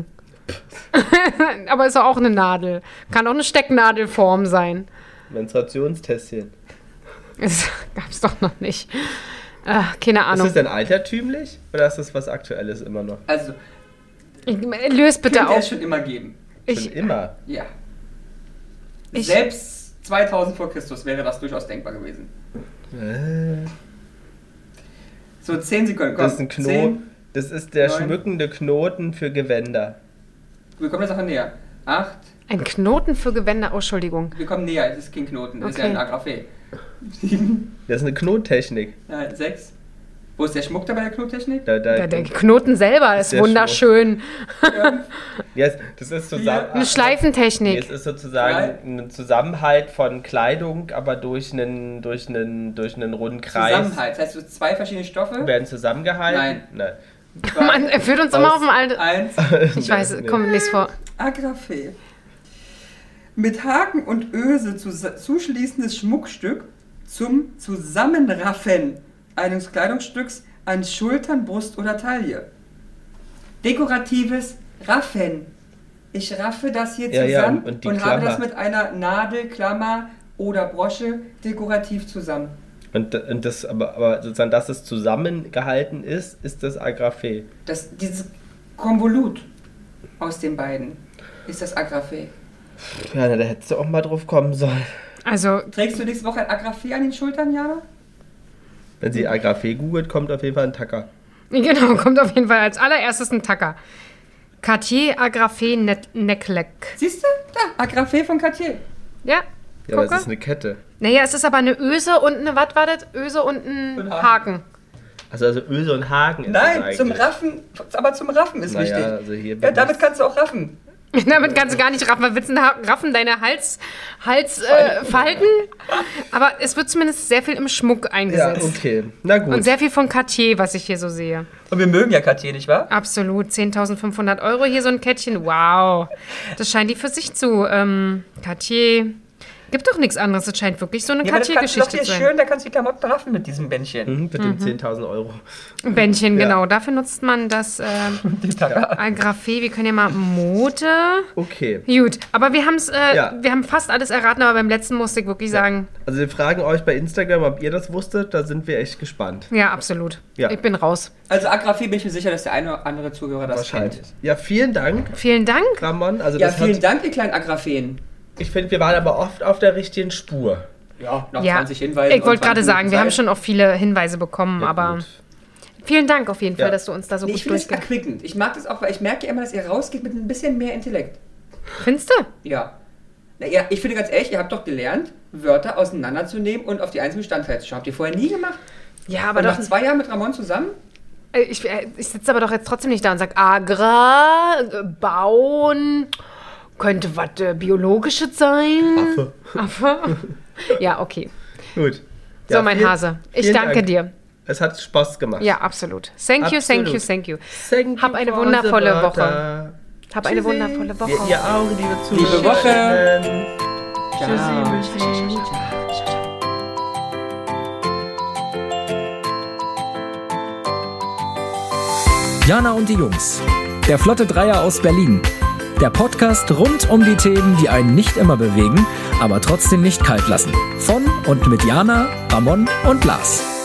Aber ist doch auch eine Nadel. Kann auch eine Stecknadelform sein. Menstruationstässchen. Das gab's doch noch nicht. Äh, keine Ahnung. Ist das denn altertümlich? Oder ist das was Aktuelles immer noch? Also, Ich, löst bitte könnte es auf. schon immer geben. Ich, Schon immer. Ja. Ich- Selbst zweitausend vor Christus wäre das durchaus denkbar gewesen. Äh, So, zehn Sekunden, komm. Das ist ein zehn. Knoten. Das ist der neun. schmückende Knoten für Gewänder. Wir kommen der Sache näher. Acht. ein Knoten für Gewänder. Oh, Entschuldigung. Wir kommen näher. Das ist kein Knoten. Das Okay. ist ja ein Agrafé. Sieben. Das ist eine Knottechnik. Nein, sechs. Wo ist der Schmuck da bei der Knottechnik? Da, da, Der, der Knoten selber ist sehr wunderschön. ja, das ist zusammen. Eine Schleifentechnik. Es ist sozusagen ein Zusammenhalt von Kleidung, aber durch einen, durch einen, durch einen runden Kreis. Zusammenhalt. Das heißt, so zwei verschiedene Stoffe. Werden zusammengehalten? Nein. Nein. Mann, er führt uns immer Aus- auf dem alten. Eins. Ich weiß, komm, lies vor. Agrafé. Mit Haken und Öse zus- zuschließendes Schmuckstück zum Zusammenraffen eines Kleidungsstücks an Schultern, Brust oder Taille. Dekoratives Raffen. Ich raffe das hier Ja, ja, zusammen und und, die habe Klammer. das mit einer Nadel, Klammer oder Brosche dekorativ zusammen. Und, und das, aber, aber sozusagen, dass es zusammengehalten ist, ist das Agrafé. Das, dieses Konvolut aus den beiden ist das Agrafé. Ja, da hättest du auch mal drauf kommen sollen. Also, Trägst du nächste Woche ein Agrafé an den Schultern, Jana? Wenn sie Agrafé googelt, kommt auf jeden Fall ein Tacker. genau, kommt auf jeden Fall als allererstes ein Tacker. Cartier Agrafé Net Necklace. Siehst du? Da, Agrafé von Cartier. Ja, Ja, aber es gucke. ist eine Kette. Naja, es ist aber eine Öse und eine, was war das? Öse und ein Und Haken. Haken. Also, also Öse und Haken ist Nein, es zum eigentlich. Raffen, aber zum Raffen ist Naja, wichtig. also hier Ja, damit kannst du auch raffen. Damit kannst du gar nicht raffen. Was willst du denn raffen? Deine Hals, Hals äh, Falten? Aber es wird zumindest sehr viel im Schmuck Ja, eingesetzt. okay. Na gut. Und sehr viel von Cartier, was ich hier so sehe. Und wir mögen ja Cartier, nicht wahr? Absolut. zehntausendfünfhundert Euro hier so ein Kettchen. Wow. Das scheint die für sich zu. Ähm, Cartier. Gibt doch nichts anderes. Das scheint wirklich so eine Ja, aber das kannst du doch Cartier-Geschichte hier zu sein. schön, da kannst du die Klamotten raffen mit diesem Bändchen. Mhm, mit den zehntausend Euro. Ein Bändchen, Ja. genau. Dafür nutzt man das äh, Agrafé. Wir können ja mal Mode. Okay. Gut, aber wir, haben's, äh, Ja. wir haben fast alles erraten, aber beim letzten musste ich wirklich sagen, Also wir fragen euch bei Instagram, ob ihr das wusstet. Da sind wir echt gespannt. ja, absolut. Ja. Ich bin raus. Also Agrafé bin ich mir sicher, dass der eine oder andere Zuhörer das Wahrscheinlich. kennt. Ja, vielen Dank, Vielen Dank. Ramon. Also Ja, das vielen hat, Dank, ihr kleinen Agrafeen. Ich finde, wir waren aber oft auf der richtigen Spur. Ja, noch Ja, zwanzig Hinweise. ich und wollte gerade zwanzig sagen, wir Minuten haben Zeit. schon auch viele Hinweise bekommen, Ja, aber gut. vielen Dank auf jeden Fall, Ja. dass du uns da so Nee, ich gut finde es durchgehst. erquickend. Ich mag das auch, weil ich merke immer, dass ihr rausgeht mit ein bisschen mehr Intellekt. Findest du? Ja. Na, ja, ich finde ganz ehrlich, ihr habt doch gelernt, Wörter auseinanderzunehmen und auf die einzelnen Bestandteile zu schauen. Habt ihr vorher nie gemacht? Ja, Aber aber nach doch. zwei Jahren mit Ramon zusammen? äh, Ich, äh, ich sitze aber doch jetzt trotzdem nicht da und sage, Agra, äh, Bauen, könnte was äh, Biologisches sein. Affe. Affe? Ja, okay. Gut. So, Ja, mein vielen- Hase. Ich vielen danke Dank. dir. Es hat Spaß gemacht. Ja, absolut. Thank you, thank you, Absolut. thank you. Thank Hab you eine for wundervolle the Woche. Wörter. Hab eine Tschüssi. wundervolle Woche. Ihr, ihr auch, liebe Liebe Zuschauer. Woche. Tschüssi. Jana und die Jungs. Der Flotte Dreier aus Berlin. Der Podcast rund um die Themen, die einen nicht immer bewegen, aber trotzdem nicht kalt lassen. Von und mit Jana, Ramon und Lars.